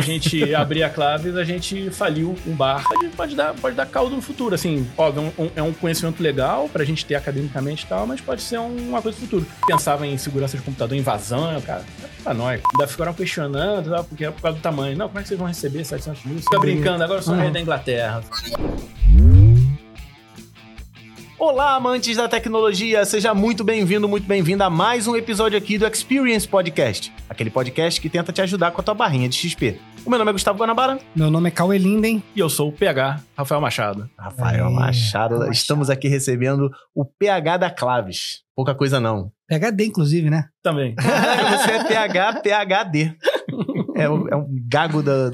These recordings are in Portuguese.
gente abrir a Claves, a gente faliu um bar. Pode dar caldo no futuro, assim, óbvio, é um conhecimento legal pra gente ter academicamente e tal, mas pode ser uma coisa do futuro. Pensava em segurança de computador, invasão, cara, é pra nós. Ainda ficaram questionando, tá, porque é por causa do tamanho. Não, como é que vocês vão receber 700 mil? Fica brincando, agora eu sou rei da Inglaterra. Olá, amantes da tecnologia! Seja muito bem-vindo, muito bem-vinda a mais um episódio aqui do Experience Podcast, aquele podcast que tenta te ajudar com a tua barrinha de XP. O meu nome é Gustavo Guanabara. Meu nome é Cauê Linden. E eu sou o PH, Rafael Machado. Rafael Machado. Estamos aqui recebendo o PH da Claves. Pouca coisa não. PHD, inclusive, né? Também. Você é PHD. É um gago da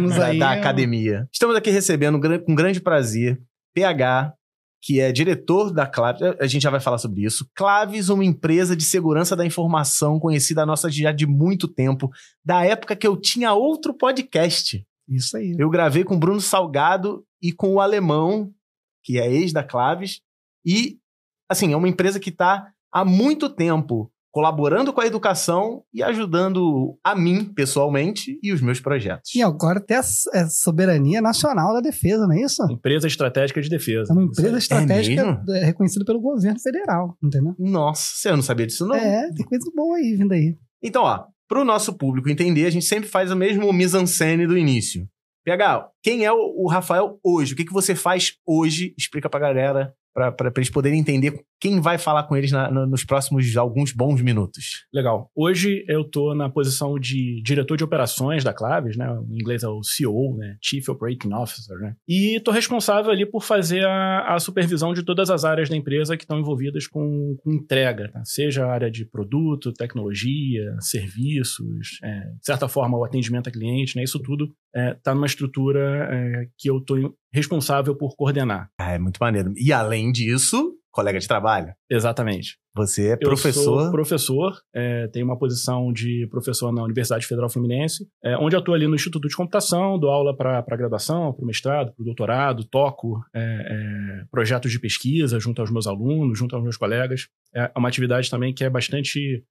academia. Estamos aqui recebendo com grande prazer PH, que é diretor da Claves, a gente já vai falar sobre isso. Claves, uma empresa de segurança da informação conhecida nossa já de muito tempo, da época que eu tinha outro podcast. Isso aí. Eu gravei com o Bruno Salgado e com o Alemão, que é ex da Claves, e, assim, é uma empresa que está há muito tempo colaborando com a educação e ajudando a mim, pessoalmente, e os meus projetos. E agora até a soberania nacional da defesa, não é isso? Empresa estratégica de defesa. É uma empresa estratégica reconhecida pelo governo federal, entendeu? Nossa, eu não sabia disso não. Tem coisa boa aí, vindo aí. Então, ó, pro nosso público entender, a gente sempre faz o mesmo mise-en-scène do início. PH, quem é o Rafael hoje? O que você faz hoje? Explica pra galera, para eles poderem entender quem vai falar com eles nos próximos alguns bons minutos. Legal. Hoje eu tô na posição de diretor de operações da Claves, né? Em inglês é o CEO, né? Chief Operating Officer, né? E tô responsável ali por fazer a supervisão de todas as áreas da empresa que estão envolvidas com entrega, tá? Seja a área de produto, tecnologia, serviços, de certa forma o atendimento a cliente, né? Isso tudo tá numa estrutura que eu tô responsável por coordenar. É muito maneiro. E além disso, colega de trabalho. Exatamente. Você é professor? Eu sou professor, tenho uma posição de professor na Universidade Federal Fluminense, onde eu atuo ali no Instituto de Computação, dou aula para graduação, para o mestrado, para o doutorado, toco projetos de pesquisa junto aos meus alunos, junto aos meus colegas. É uma atividade também que é bastante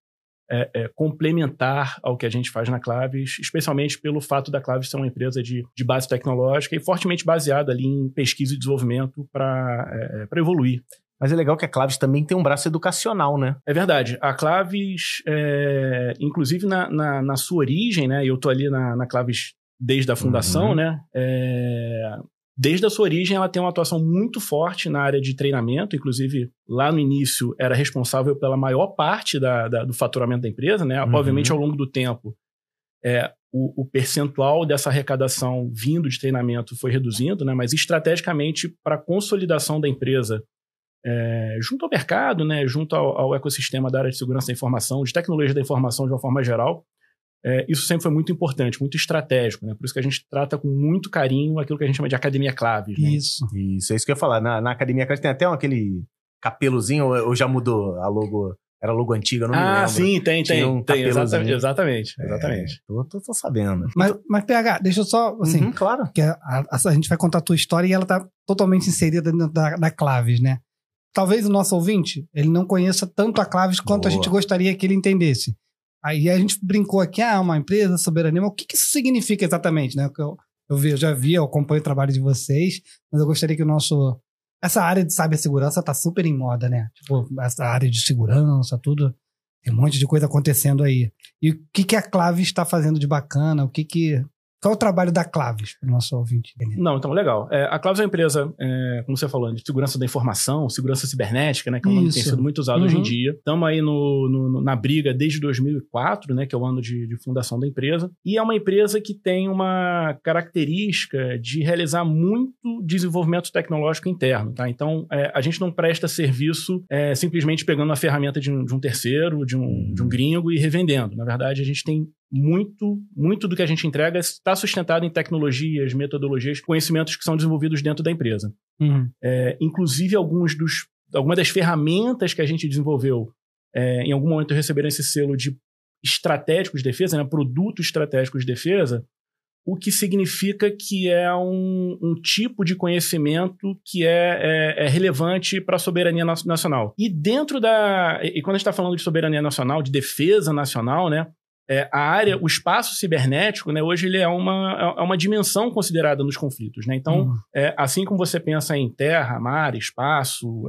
complementar ao que a gente faz na Claves, especialmente pelo fato da Claves ser uma empresa de base tecnológica e fortemente baseada ali em pesquisa e desenvolvimento para evoluir. Mas é legal que a Claves também tem um braço educacional, né? É verdade. A Claves, inclusive na sua origem, né? Eu estou ali na Claves desde a fundação, né? Desde a sua origem, ela tem uma atuação muito forte na área de treinamento. Inclusive, lá no início, era responsável pela maior parte do faturamento da empresa, né? Obviamente, ao longo do tempo, o percentual dessa arrecadação vindo de treinamento foi reduzindo, né? Mas estrategicamente, para a consolidação da empresa, junto ao mercado, né? Junto ao ecossistema da área de segurança da informação, de tecnologia da informação de uma forma geral, isso sempre foi muito importante, muito estratégico, né? Por isso que a gente trata com muito carinho aquilo que a gente chama de Academia Claves. Né? Isso, é isso que eu ia falar. Na Academia Claves tem até aquele capelozinho, ou já mudou a logo? Era a logo antiga, eu não me lembro. Sim, tem. Exatamente. Tô sabendo. Mas PH, deixa eu só, assim... claro. Que a gente vai contar a tua história e ela tá totalmente inserida dentro da Claves, né? Talvez o nosso ouvinte, ele não conheça tanto a Claves quanto a gente gostaria que ele entendesse. Aí a gente brincou aqui, uma empresa, soberania, mas o que isso significa exatamente, né? Eu já vi, eu acompanho o trabalho de vocês, mas eu gostaria que essa área de cibersegurança tá super em moda, né? Tipo, essa área de segurança, tudo, tem um monte de coisa acontecendo aí. E o que a Claves está fazendo de bacana? Qual é o trabalho da Claves para o nosso ouvinte? Não, então, legal. A Claves é uma empresa, como você falou, de segurança da informação, segurança cibernética, né, que é um nome que tem sido muito usado hoje em dia. Estamos aí na briga desde 2004, né, que é o ano de fundação da empresa. E é uma empresa que tem uma característica de realizar muito desenvolvimento tecnológico interno. Tá? Então, a gente não presta serviço simplesmente pegando uma ferramenta de um terceiro, de um gringo e revendendo. Na verdade, a gente tem muito do que a gente entrega está sustentado em tecnologias, metodologias, conhecimentos que são desenvolvidos dentro da empresa. Inclusive, algumas das ferramentas que a gente desenvolveu em algum momento receberam esse selo de estratégicos de defesa, né, produtos estratégicos de defesa, o que significa que é um tipo de conhecimento que é relevante para a soberania nacional. E quando a gente está falando de soberania nacional, de defesa nacional, né, a área, o espaço cibernético, né, hoje ele é uma dimensão considerada nos conflitos, né? Então, assim como você pensa em terra, mar, espaço,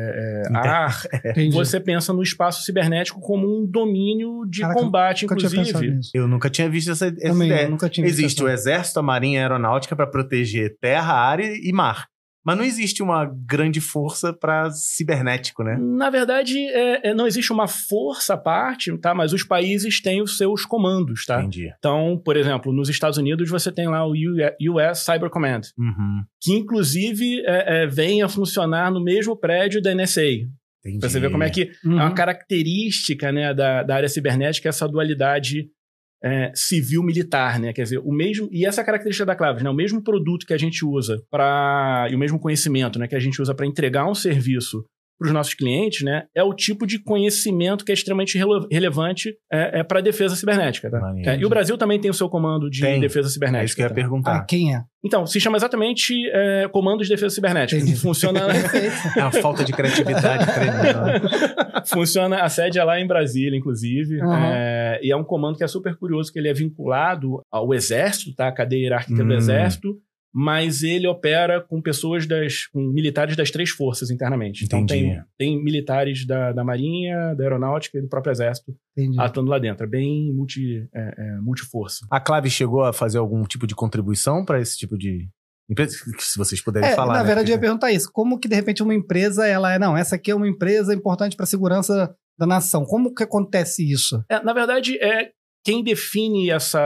ar, você pensa no espaço cibernético como um domínio de combate, inclusive. Eu nunca tinha visto essa ideia. Existe o Exército, a Marinha e a Aeronáutica para proteger terra, ar e mar. Mas não existe uma grande força para cibernético, né? Na verdade, não existe uma força à parte, tá? Mas os países têm os seus comandos, tá? Entendi. Então, por exemplo, nos Estados Unidos você tem lá o US Cyber Command, que inclusive vem a funcionar no mesmo prédio da NSA. Entendi. Pra você ver como é que é uma característica, né, da área cibernética, essa dualidade civil-militar, né? Quer dizer, o mesmo... E essa característica da Claves, né? O mesmo produto que a gente usa e o mesmo conhecimento, né, que a gente usa para entregar um serviço para os nossos clientes, né? É o tipo de conhecimento que é extremamente relevante para a defesa cibernética, tá? E o Brasil também tem o seu comando de defesa cibernética. É isso que eu ia perguntar. Quem é? Então, se chama exatamente Comando de Defesa Cibernética. Funciona... É uma falta de criatividade tremenda. Funciona, a sede é lá em Brasília, inclusive. E é um comando que é super curioso, que ele é vinculado ao Exército, tá? A cadeia hierárquica do Exército, mas ele opera com pessoas com militares das 3 forças internamente. Então tem militares da Marinha, da Aeronáutica e do próprio Exército atuando lá dentro. É bem multiforça. A Claves chegou a fazer algum tipo de contribuição para esse tipo de empresa? Se vocês puderem falar. Na verdade, eu ia perguntar isso. Como que, de repente, uma empresa, essa aqui é uma empresa importante para a segurança da nação. Como que acontece isso? Na verdade, quem define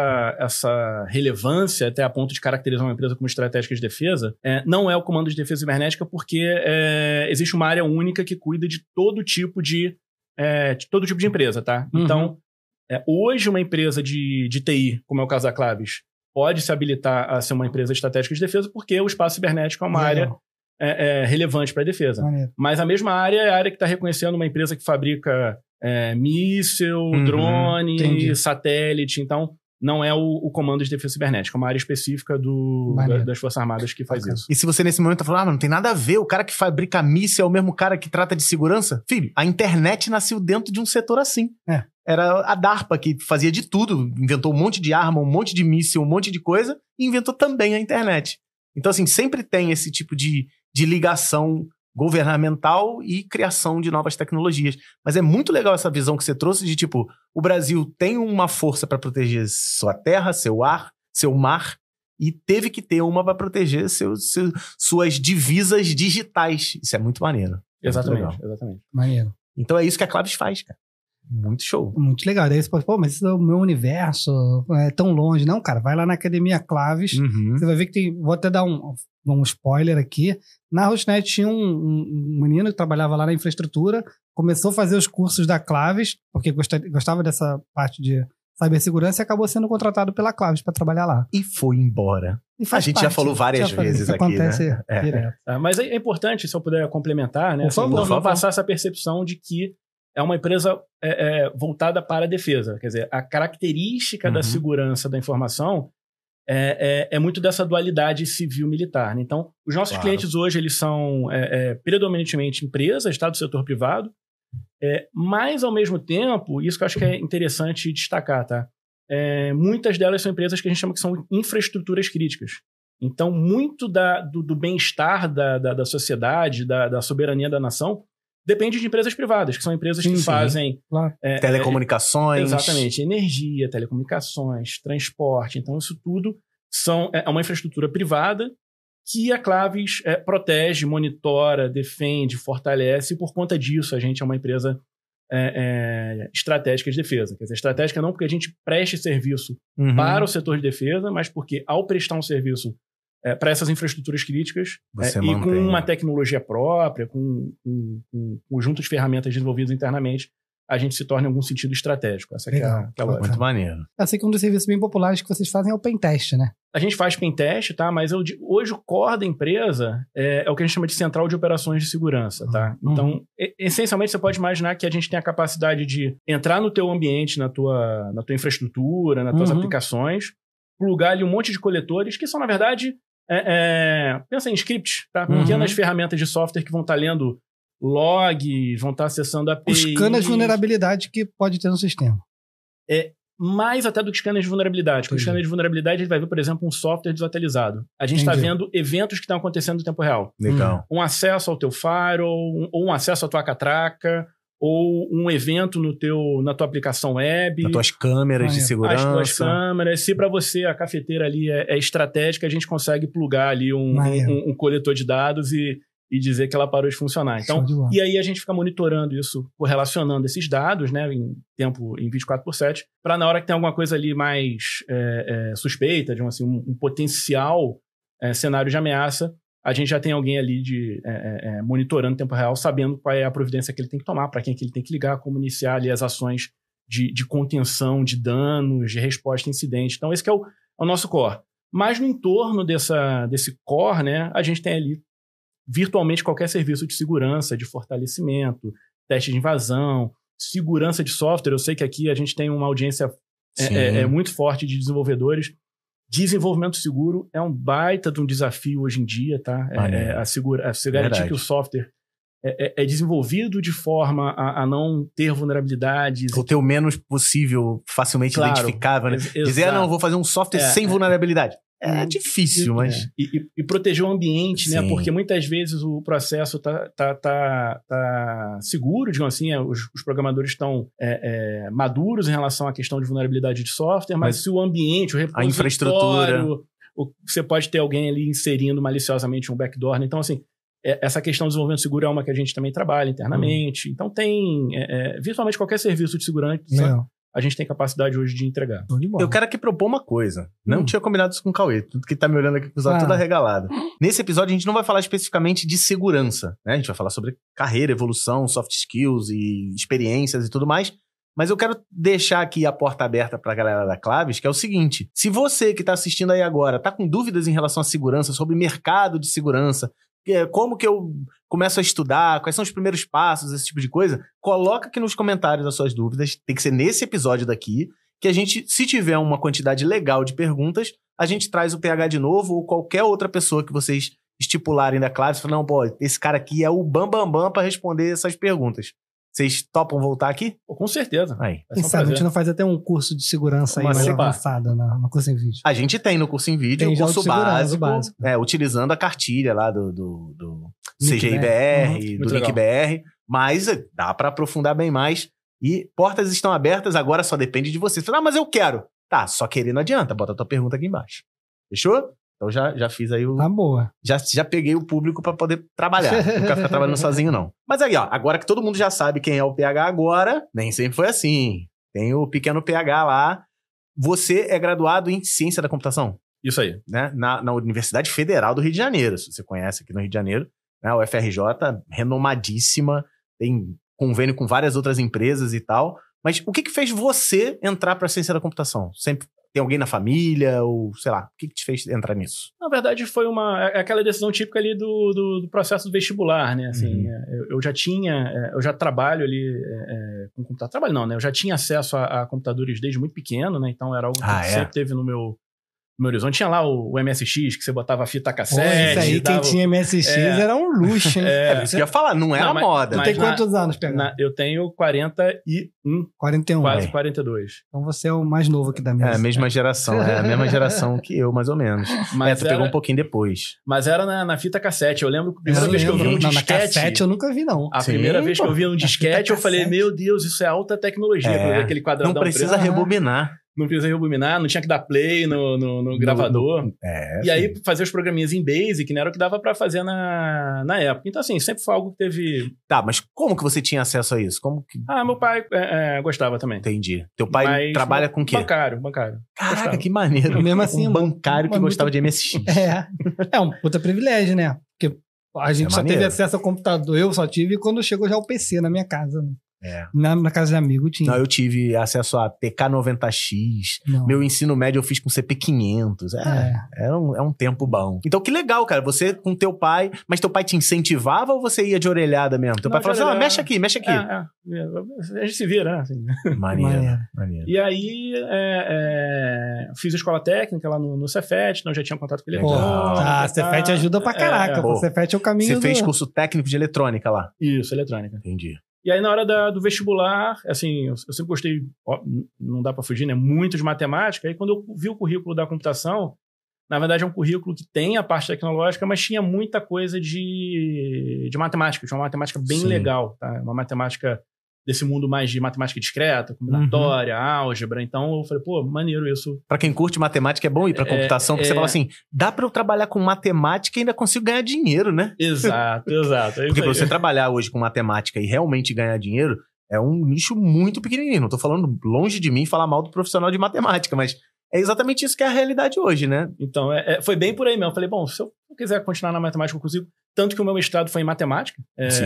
essa relevância até a ponto de caracterizar uma empresa como estratégica de defesa não é o Comando de Defesa Cibernética, porque existe uma área única que cuida de todo tipo de empresa, tá? Então, hoje uma empresa de TI, como é o caso da Claves, pode se habilitar a ser uma empresa estratégica de defesa porque o espaço cibernético é uma área relevante para a defesa. Mas a mesma área é a área que está reconhecendo uma empresa que fabrica míssil, drone, satélite. Então, não é o Comando de Defesa Cibernética, é uma área específica das Forças Armadas que faz isso. E se você nesse momento tá falando, mas não tem nada a ver, o cara que fabrica míssil é o mesmo cara que trata de segurança? Filho, a internet nasceu dentro de um setor assim. Era a DARPA, que fazia de tudo, inventou um monte de arma, um monte de míssil, um monte de coisa, e inventou também a internet. Então, assim, sempre tem esse tipo de ligação governamental e criação de novas tecnologias. Mas é muito legal essa visão que você trouxe de, tipo, o Brasil tem uma força para proteger sua terra, seu ar, seu mar, e teve que ter uma para proteger suas divisas digitais. Isso é muito maneiro. Exatamente. Maneiro. Então é isso que a Claves faz, cara. Muito show. Muito legal. Daí você pode, mas isso é o meu universo, é tão longe. Não, cara, vai lá na Academia Claves, você vai ver que tem... Vou até dar um spoiler aqui. Na Rosnet tinha um menino que trabalhava lá na infraestrutura, começou a fazer os cursos da Claves, porque gostava dessa parte de cibersegurança e acabou sendo contratado pela Claves para trabalhar lá. E foi embora. A gente já falou várias vezes aqui, acontece, né? Direto. Mas é importante, se eu puder complementar, né? Por favor, não passar essa percepção de que é uma empresa voltada para a defesa. Quer dizer, a característica da segurança da informação é muito dessa dualidade civil-militar, né? Então, os nossos clientes hoje, eles são predominantemente empresas, tá, do setor privado, mas, ao mesmo tempo, isso que eu acho que é interessante destacar, tá? Muitas delas são empresas que a gente chama que são infraestruturas críticas. Então, muito do bem-estar da sociedade, da soberania da nação, depende de empresas privadas, que são empresas que fazem... telecomunicações. Exatamente. Energia, telecomunicações, transporte. Então, isso tudo é uma infraestrutura privada que a Claves protege, monitora, defende, fortalece, e por conta disso a gente é uma empresa estratégica de defesa. Quer dizer, estratégica não porque a gente preste serviço para o setor de defesa, mas porque ao prestar um serviço para essas infraestruturas críticas e com uma tecnologia própria, com um conjunto de ferramentas desenvolvidas internamente, a gente se torna em algum sentido estratégico. Essa legal, é a lógica. Muito maneiro. Eu sei que um dos serviços bem populares que vocês fazem é o pentest, né? A gente faz pentest, tá? Mas hoje o core da empresa é o que a gente chama de central de operações de segurança, tá? Então, essencialmente, você pode imaginar que a gente tem a capacidade de entrar no teu ambiente, na tua infraestrutura, nas tuas aplicações, plugar ali um monte de coletores que são, na verdade... pensa em scripts, tá? Pequenas ferramentas de software que vão estar lendo logs, vão estar acessando APIs. Buscando as vulnerabilidades que pode ter no sistema. mais até do que scanner de vulnerabilidade. Porque o scanner de vulnerabilidade ele vai ver, por exemplo, um software desatualizado. A gente está vendo eventos que estão acontecendo no tempo real. Legal. Um acesso ao teu firewall, ou um acesso à tua catraca, ou um evento na tua aplicação web. Nas tuas câmeras de segurança. As tuas câmeras. Se para você a cafeteira ali é estratégica, a gente consegue plugar ali um coletor de dados e dizer que ela parou de funcionar. Então, e aí a gente fica monitorando isso, correlacionando esses dados, né, em 24/7, para na hora que tem alguma coisa ali mais suspeita, de um potencial cenário de ameaça, a gente já tem alguém ali monitorando em tempo real, sabendo qual é a providência que ele tem que tomar, para quem que ele tem que ligar, como iniciar ali as ações de contenção de danos, de resposta a incidente. Então, esse que é o nosso core. Mas no entorno desse core, né, a gente tem ali virtualmente qualquer serviço de segurança, de fortalecimento, teste de invasão, segurança de software. Eu sei que aqui a gente tem uma audiência muito forte de desenvolvedores. Desenvolvimento seguro é um baita de um desafio hoje em dia, tá? Você garantir que o software é desenvolvido de forma a não ter vulnerabilidades. Ou ter o menos possível facilmente identificável, né? Dizer, não, vou fazer um software sem vulnerabilidade. É difícil, mas... E proteger o ambiente, né? Porque muitas vezes o processo tá seguro, digamos assim, os programadores estão maduros em relação à questão de vulnerabilidade de software, mas se o ambiente, o repositório, a infraestrutura... Você pode ter alguém ali inserindo maliciosamente um backdoor. Então, assim, essa questão do desenvolvimento seguro é uma que a gente também trabalha internamente. Então, tem virtualmente qualquer serviço de segurança... A gente tem capacidade hoje de entregar. Eu quero aqui propor uma coisa. Não tinha combinado isso com o Cauê. Tudo que tá me olhando aqui com os olhos tudo arregalado. Nesse episódio, a gente não vai falar especificamente de segurança, né? A gente vai falar sobre carreira, evolução, soft skills e experiências e tudo mais. Mas eu quero deixar aqui a porta aberta pra galera da Claves, que é o seguinte. Se você que tá assistindo aí agora tá com dúvidas em relação à segurança, sobre mercado de segurança, como que eu começo a estudar, quais são os primeiros passos, esse tipo de coisa, coloca aqui nos comentários as suas dúvidas, tem que ser nesse episódio daqui, que a gente, se tiver uma quantidade legal de perguntas, a gente traz o PH de novo, ou qualquer outra pessoa que vocês estipularem da classe, fala, não, esse cara aqui é o bambambam para responder essas perguntas. Vocês topam voltar aqui? Com certeza. Quem sabe a gente não faz até um curso de segurança aí mais avançado no curso em vídeo. A gente tem no curso em vídeo o curso básico. Utilizando a cartilha lá do CGI-BR, do Link-BR, mas dá para aprofundar bem mais. E portas estão abertas, agora só depende de você. Você fala, mas eu quero. Tá, só querer não adianta, bota a tua pergunta aqui embaixo. Fechou? Então já fiz aí o... Tá boa. Já peguei o público pra poder trabalhar. Não quero ficar trabalhando sozinho, não. Mas aí, agora que todo mundo já sabe quem é o PH agora, nem sempre foi assim. Tem o pequeno PH lá. Você é graduado em Ciência da Computação? Isso aí. Né? Na Universidade Federal do Rio de Janeiro. Se você conhece aqui no Rio de Janeiro. Né? A UFRJ, renomadíssima. Tem convênio com várias outras empresas e tal. Mas o que fez você entrar pra Ciência da Computação? Sempre... Tem alguém na família, ou sei lá, o que te fez entrar nisso? Na verdade, foi aquela decisão típica ali do processo do vestibular, né? Assim, eu já trabalho ali com computador. Trabalho não, né? Eu já tinha acesso a computadores desde muito pequeno, né? Então era algo que sempre teve no meu horizonte. Tinha lá o MSX, que você botava a fita cassete. Isso aí, quem tinha MSX era um luxo, hein? Isso que eu ia falar, não era moda. Tem quantos anos, PH? Eu tenho 41. 41. Quase 42. Então você é o mais novo aqui da mesa. É a mesma geração, a mesma geração que eu, mais ou menos. Mas tu pegou um pouquinho depois. Mas era na fita cassete. Eu lembro que a primeira vez que eu vi um disquete... Na cassete eu nunca vi, não. A primeira vez que eu vi um disquete, eu falei, meu Deus, isso é alta tecnologia. Aquele quadradão não precisa rebobinar. Não precisa rebobinar, não tinha que dar play no gravador. E aí, fazer os programinhas em Basic, né? Era o que dava pra fazer na época. Então, assim, sempre foi algo que teve... Tá, mas como que você tinha acesso a isso? Como que... meu pai gostava também. Entendi. Teu pai trabalha com o quê? Bancário. Caraca, gostava. Que maneiro. Mesmo assim, bancário que gostava de MSX. É um puta privilégio, né? Porque a gente só teve acesso ao computador. Eu só tive quando chegou já o PC na minha casa, né? Na casa de amigo tinha. Não, eu tive acesso a TK90X. Meu ensino médio eu fiz com CP500. É um tempo bom. Então que legal, cara. Você com teu pai... Mas teu pai te incentivava ou você ia de orelhada mesmo? Teu pai falava assim, mexe aqui. A gente se vira, né? Assim. Maneiro. E aí, fiz a escola técnica lá no Cefet. Então já tinha contato com ele. Cefet ajuda pra caraca. O Cefet é o caminho Você fez curso técnico de eletrônica lá? Isso, eletrônica. Entendi. E aí, na hora do vestibular, assim, eu sempre gostei, ó, não dá pra fugir, né? Muito de matemática. Aí, quando eu vi o currículo da computação, na verdade, é um currículo que tem a parte tecnológica, mas tinha muita coisa de matemática. Tinha uma matemática bem legal, tá? Uma matemática desse mundo mais de matemática discreta, combinatória, álgebra. Então, eu falei, pô, maneiro isso. Pra quem curte matemática, é bom ir pra computação, porque você fala assim, dá pra eu trabalhar com matemática e ainda consigo ganhar dinheiro, né? Exato. É porque pra você trabalhar hoje com matemática e realmente ganhar dinheiro, é um nicho muito pequenininho. Não tô falando longe de mim falar mal do profissional de matemática, mas é exatamente isso que é a realidade hoje, né? Então, foi bem por aí mesmo. Eu falei, bom, se eu quiser continuar na matemática, eu consigo. Tanto que o meu mestrado foi em matemática.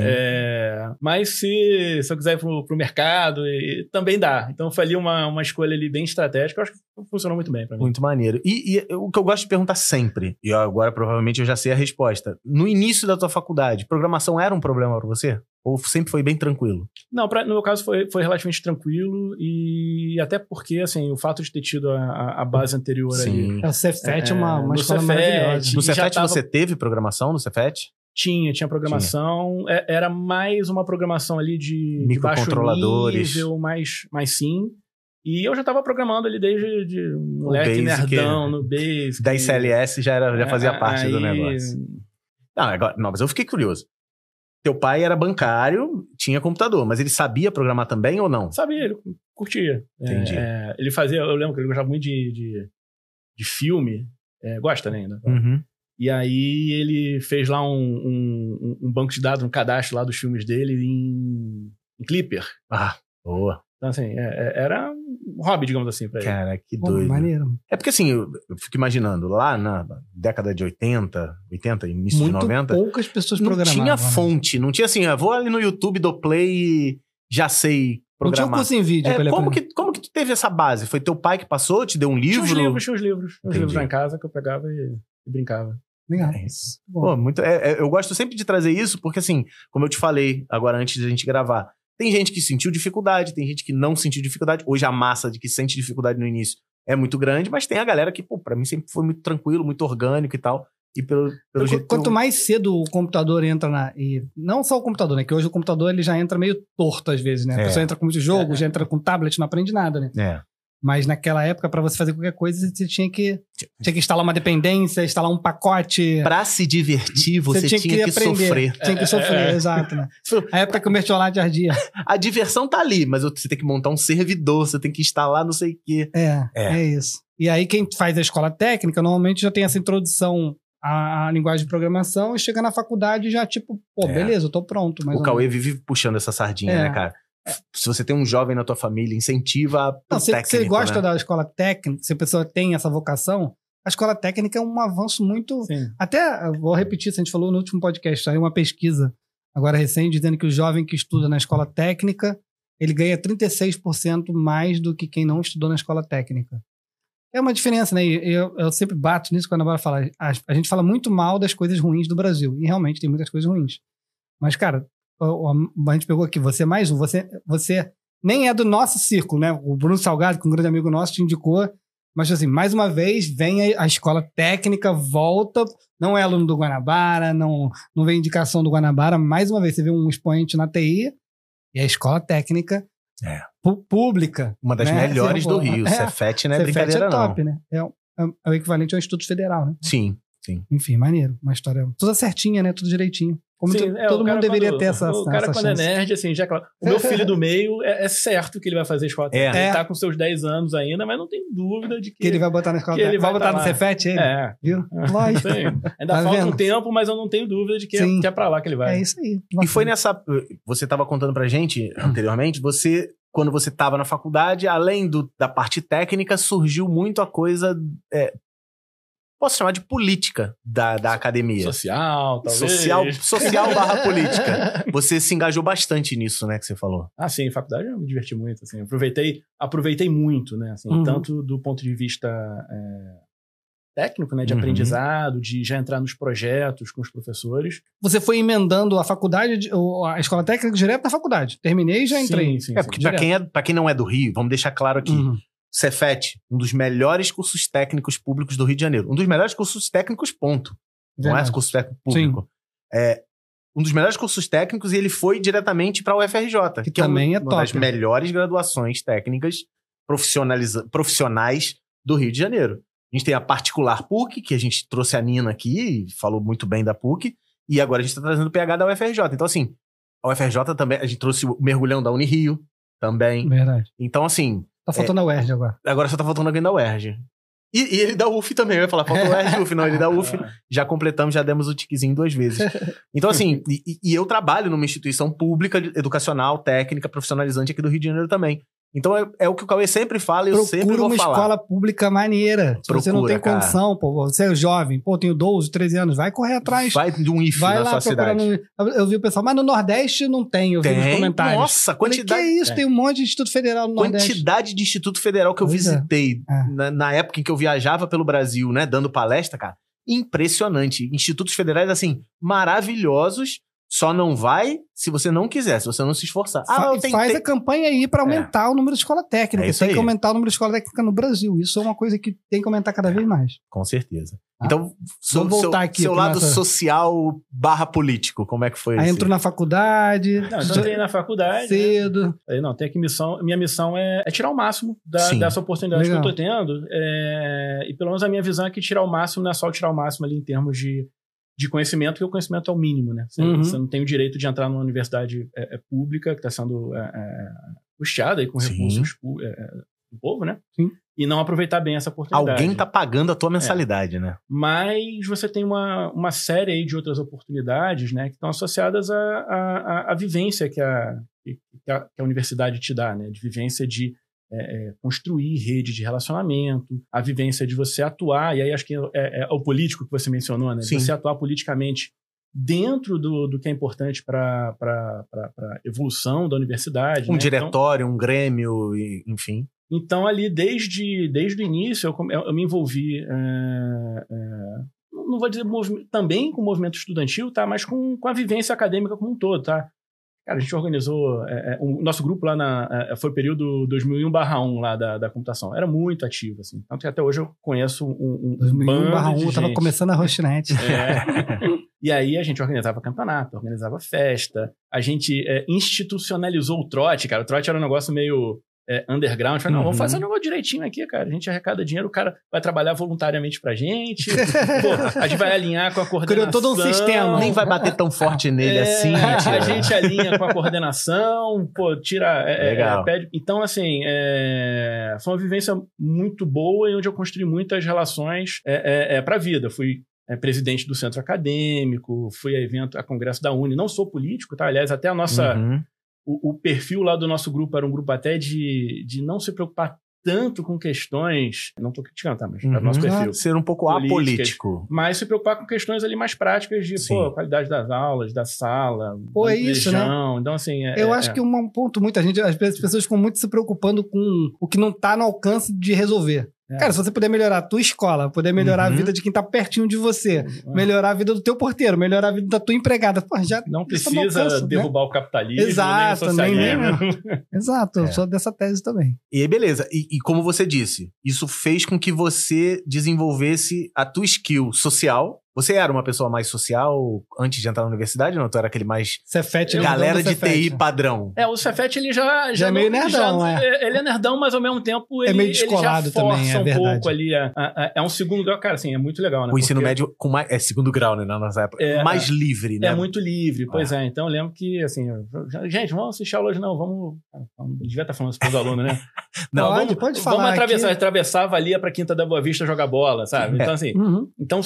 Mas se eu quiser ir pro mercado, também dá. Então, foi ali uma escolha ali bem estratégica. Eu acho que funcionou muito bem pra mim. Muito maneiro. E o que eu gosto de perguntar sempre, e agora provavelmente eu já sei a resposta. No início da tua faculdade, programação era um problema pra você? Ou sempre foi bem tranquilo? Não, no meu caso foi relativamente tranquilo. E até porque, assim, o fato de ter tido a base anterior ali... O Cefet é uma escola maravilhosa. No Cefet você teve programação no Cefet? Tinha programação. Era mais uma programação ali de microcontroladores, baixo nível, mais sim. E eu já estava programando ali desde moleque nerdão no Basic. Da CLS já fazia parte do negócio. Não, mas eu fiquei curioso. Teu pai era bancário, tinha computador, mas ele sabia programar também ou não? Sabia, ele curtia. Entendi. Ele fazia, eu lembro que ele gostava muito de filme. Gosta, né, ainda? E aí ele fez lá um banco de dados, um cadastro lá dos filmes dele em Clipper. Ah, boa. Então, assim, era um hobby, digamos assim, pra ele. Cara, que doido. Maneiro. É porque, assim, eu fico imaginando, lá na década de 80, início de 90... poucas pessoas programavam. Não tinha fonte, não tinha assim, vou ali no YouTube, dou play e já sei programar. Não tinha um curso em vídeo. Como que tu teve essa base? Foi teu pai que passou, te deu um livro? Tinha os livros lá em casa que eu pegava e brincava. Legal. É isso. Pô, eu gosto sempre de trazer isso, porque assim, como eu te falei agora antes da gente gravar, tem gente que sentiu dificuldade, tem gente que não sentiu dificuldade. Hoje a massa de que sente dificuldade no início é muito grande, mas tem a galera que, pô, pra mim sempre foi muito tranquilo, muito orgânico e tal. E pelo jeito quanto mais cedo o computador entra e não só o computador, né? Que hoje o computador ele já entra meio torto às vezes, né? A pessoa entra com muito jogo, já entra com tablet, não aprende nada, né? Mas naquela época, pra você fazer qualquer coisa, você tinha que instalar uma dependência, instalar um pacote. Pra se divertir, você tinha que sofrer. Tinha que sofrer, exato, né? A época que o mertiolate ardia. A diversão tá ali, mas você tem que montar um servidor, você tem que instalar não sei o quê. É isso. E aí quem faz a escola técnica, normalmente já tem essa introdução à linguagem de programação e chega na faculdade já tipo, beleza, eu tô pronto. O Cauê vive puxando essa sardinha, né, cara? Se você tem um jovem na tua família, incentiva pro técnico, se você gosta, né? da escola técnica, se a pessoa tem essa vocação, a escola técnica é um avanço muito... Sim. Até, vou repetir, a gente falou no último podcast, saiu uma pesquisa agora recente dizendo que o jovem que estuda na escola técnica, ele ganha 36% mais do que quem não estudou na escola técnica. É uma diferença, né? Eu sempre bato nisso quando a Bárbara fala. A gente fala muito mal das coisas ruins do Brasil, e realmente tem muitas coisas ruins. Mas, cara, a gente pegou aqui, você é mais um, você nem é do nosso círculo, né? O Bruno Salgado, que é um grande amigo nosso, te indicou, mas assim, mais uma vez, vem a escola técnica, volta, não é aluno do Guanabara, não vem indicação do Guanabara, mais uma vez, você vê um expoente na TI, e a escola técnica pública. Uma das melhores do Rio, Cefet não é brincadeira não. Cefet é top, né? É o equivalente ao Instituto Federal, né? Sim. Enfim, maneiro, uma história toda certinha, né? Tudo direitinho. Como sim, todo mundo deveria ter essa O cara, quando chance. é nerd, assim, já claro. O meu filho do meio, é certo que ele vai fazer escola técnica. Ele tá com seus 10 anos ainda, mas não tem dúvida de que ele vai botar na escola técnica. Vai botar no Cefet, ele? Viu? Lógico. Ainda falta um tempo, mas eu não tenho dúvida de que é pra lá que ele vai. É isso aí. E foi nessa... Você tava contando pra gente, anteriormente, quando você tava na faculdade, além da parte técnica, surgiu muito a coisa... posso chamar de política da academia. Social, talvez. Social / política. Você se engajou bastante nisso, né, que você falou. Ah, sim, em faculdade eu me diverti muito, assim. Aproveitei muito, né, assim, tanto do ponto de vista técnico, né, de aprendizado, de já entrar nos projetos com os professores. Você foi emendando a faculdade, a escola técnica direto na faculdade. Terminei e já entrei. Sim, porque pra quem não é do Rio, vamos deixar claro aqui. Cefet, um dos melhores cursos técnicos públicos do Rio de Janeiro. Um dos melhores cursos técnicos, ponto. Não é curso técnico público. um dos melhores cursos técnicos e ele foi diretamente para a UFRJ. Que também é uma top. das melhores graduações técnicas profissionais do Rio de Janeiro. A gente tem a particular PUC, que a gente trouxe a Nina aqui e falou muito bem da PUC, e agora a gente está trazendo o PH da UFRJ. Então, assim, a UFRJ também, a gente trouxe o mergulhão da Unirio também. Verdade. Então, assim... Tá faltando a UERJ agora. Agora só tá faltando alguém da UERJ. E ele da UF também, eu ia falar, falta o UERJ e UF, não, ele da UF. Já completamos, já demos o tiquezinho 2 vezes. Então, assim, e eu trabalho numa instituição pública, educacional, técnica, profissionalizante aqui do Rio de Janeiro também. Então é o que o Cauê sempre fala e eu sempre vou falar. Procura uma escola pública maneira. Se você não tem condição, pô, você é jovem, pô, tenho 12, 13 anos, vai correr atrás. Vai de um IF na sua cidade. Eu vi o pessoal, mas no Nordeste não tem, eu vi nos comentários. Nossa, quantidade. Falei, que é isso? Tem um monte de Instituto Federal no Nordeste. Quantidade de Instituto Federal que eu visitei na época em que eu viajava pelo Brasil, né, dando palestra, cara. Impressionante. Institutos federais, assim, maravilhosos. Só não vai se você não quiser, se você não se esforçar. Faz a campanha aí para aumentar o número de escola técnica. Tem que aumentar o número de escola técnica no Brasil. Isso é uma coisa que tem que aumentar cada vez mais. Com certeza. Então, vamos voltar aqui seu lado social / político, como é que foi isso? Aí entrou na faculdade. Não, então entrei na faculdade. Cedo. Né? Aí, não, tem aqui minha missão é tirar o máximo dessa oportunidade que eu tô tendo. E pelo menos a minha visão é que tirar o máximo não é só tirar o máximo ali em termos de conhecimento, porque o conhecimento é o mínimo, né? Você não tem o direito de entrar numa universidade pública que está sendo custeada aí com recursos do povo, né? Sim. E não aproveitar bem essa oportunidade. Alguém está pagando a tua mensalidade, né? Mas você tem uma série aí de outras oportunidades, né? Que estão associadas à vivência que a universidade te dá, né? De vivência de construir rede de relacionamento, a vivência de você atuar, e aí acho que é o político que você mencionou, né? De você atuar politicamente dentro do que é importante para a evolução da universidade. Um diretório, um grêmio, enfim. Então, ali, desde o início, eu me envolvi, não vou dizer também com o movimento estudantil, tá? Mas com a vivência acadêmica como um todo, tá? Cara, a gente organizou... o nosso grupo lá foi o período 2001/1 lá da computação. Era muito ativo, assim. Tanto que até hoje eu conheço um 2001/1, eu tava começando a Rochinet. E aí a gente organizava campeonato, organizava festa. A gente institucionalizou o trote, cara. O trote era um negócio meio... underground, falei, não, vamos fazer um negócio direitinho aqui, cara. A gente arrecada dinheiro, o cara vai trabalhar voluntariamente pra gente. Pô, a gente vai alinhar com a coordenação. Criou todo um sistema. Nem vai bater tão forte nele assim. A gente alinha com a coordenação, pô, tira... Legal. Pede. Então, assim, foi uma vivência muito boa e onde eu construí muitas relações pra vida. Fui presidente do centro acadêmico, fui a congresso da Uni. Não sou político, tá? Aliás, até a nossa... O perfil lá do nosso grupo era um grupo até de não se preocupar tanto com questões... Não estou criticando, tá? Mas era o nosso perfil. Ser um pouco apolítico. Mas se preocupar com questões ali mais práticas de, qualidade das aulas, da sala... Pô, é isso, né? Então, assim... Eu acho que um ponto, muita gente... As pessoas ficam muito se preocupando com o que não está no alcance de resolver. Cara, se você puder melhorar a tua escola, poder melhorar a vida de quem tá pertinho de você, melhorar a vida do teu porteiro, melhorar a vida da tua empregada, pô, já não precisa derrubar o capitalismo, exato, nem o socialismo. Exato, eu sou dessa tese também. E aí, beleza. E como você disse, isso fez com que você desenvolvesse a tua skill social. Você era uma pessoa mais social antes de entrar na universidade, não? Tu era aquele mais... Cefete, galera de TI padrão. O Cefete, ele já é meio nerdão, Ele é nerdão, mas ao mesmo tempo ele, meio descolado ele já força também, é verdade. Pouco ali. É um segundo grau. Cara, assim, é muito legal, né? O ensino médio com mais... segundo grau, né? Na nossa época. Mais livre, né? É muito livre, pois é. Então eu lembro que, assim... Gente, vamos assistir a aula hoje, não. Vamos... Devia estar falando isso para os alunos, né? Não, pode falar. Vamos atravessar. Atravessava ali pra Quinta da Boa Vista jogar bola, sabe? Então, assim... Então...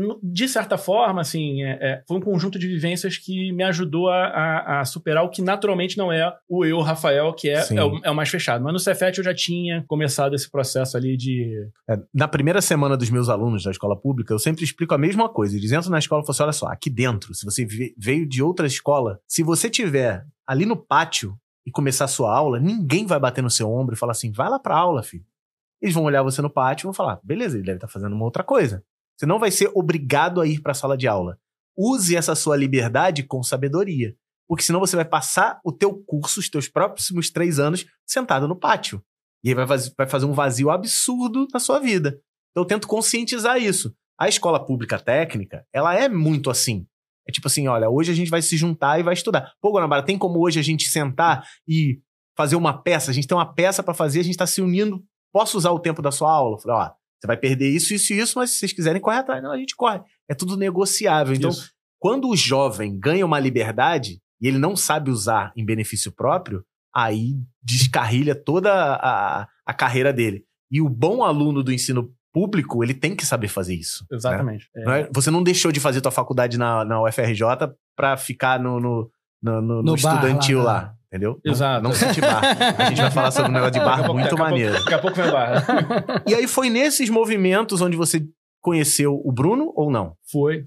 De certa forma, assim, foi um conjunto de vivências que me ajudou a superar o que naturalmente não é o Rafael, que é o mais fechado. Mas no Cefet eu já tinha começado esse processo ali de... Na primeira semana dos meus alunos da escola pública, eu sempre explico a mesma coisa. Eles entram na escola e falam assim, olha só, aqui dentro, se você veio de outra escola, se você tiver ali no pátio e começar a sua aula, ninguém vai bater no seu ombro e falar assim, vai lá pra aula, filho. Eles vão olhar você no pátio e vão falar, beleza, ele deve estar fazendo uma outra coisa. Você não vai ser obrigado a ir para a sala de aula. Use essa sua liberdade com sabedoria. Porque senão você vai passar o teu curso, os teus próximos 3 anos, sentado no pátio. E aí vai fazer um vazio absurdo na sua vida. Então eu tento conscientizar isso. A escola pública técnica, ela é muito assim. É tipo assim, olha, hoje a gente vai se juntar e vai estudar. Pô, Guanabara, tem como hoje a gente sentar e fazer uma peça? A gente tem uma peça pra fazer, a gente tá se unindo. Posso usar o tempo da sua aula? Eu falei, ó, você vai perder isso, isso e isso, mas se vocês quiserem correr atrás, não, a gente corre. É tudo negociável. Então, quando o jovem ganha uma liberdade e ele não sabe usar em benefício próprio, aí descarrilha toda a carreira dele. E o bom aluno do ensino público, ele tem que saber fazer isso. Exatamente. Né? Você não deixou de fazer tua faculdade na UFRJ pra ficar no estudantil lá. Entendeu? Exato. Não sente bar. A gente vai falar sobre um negócio de bar muito maneiro. Daqui a pouco vem bar. E aí foi nesses movimentos onde você conheceu o Bruno ou não? Foi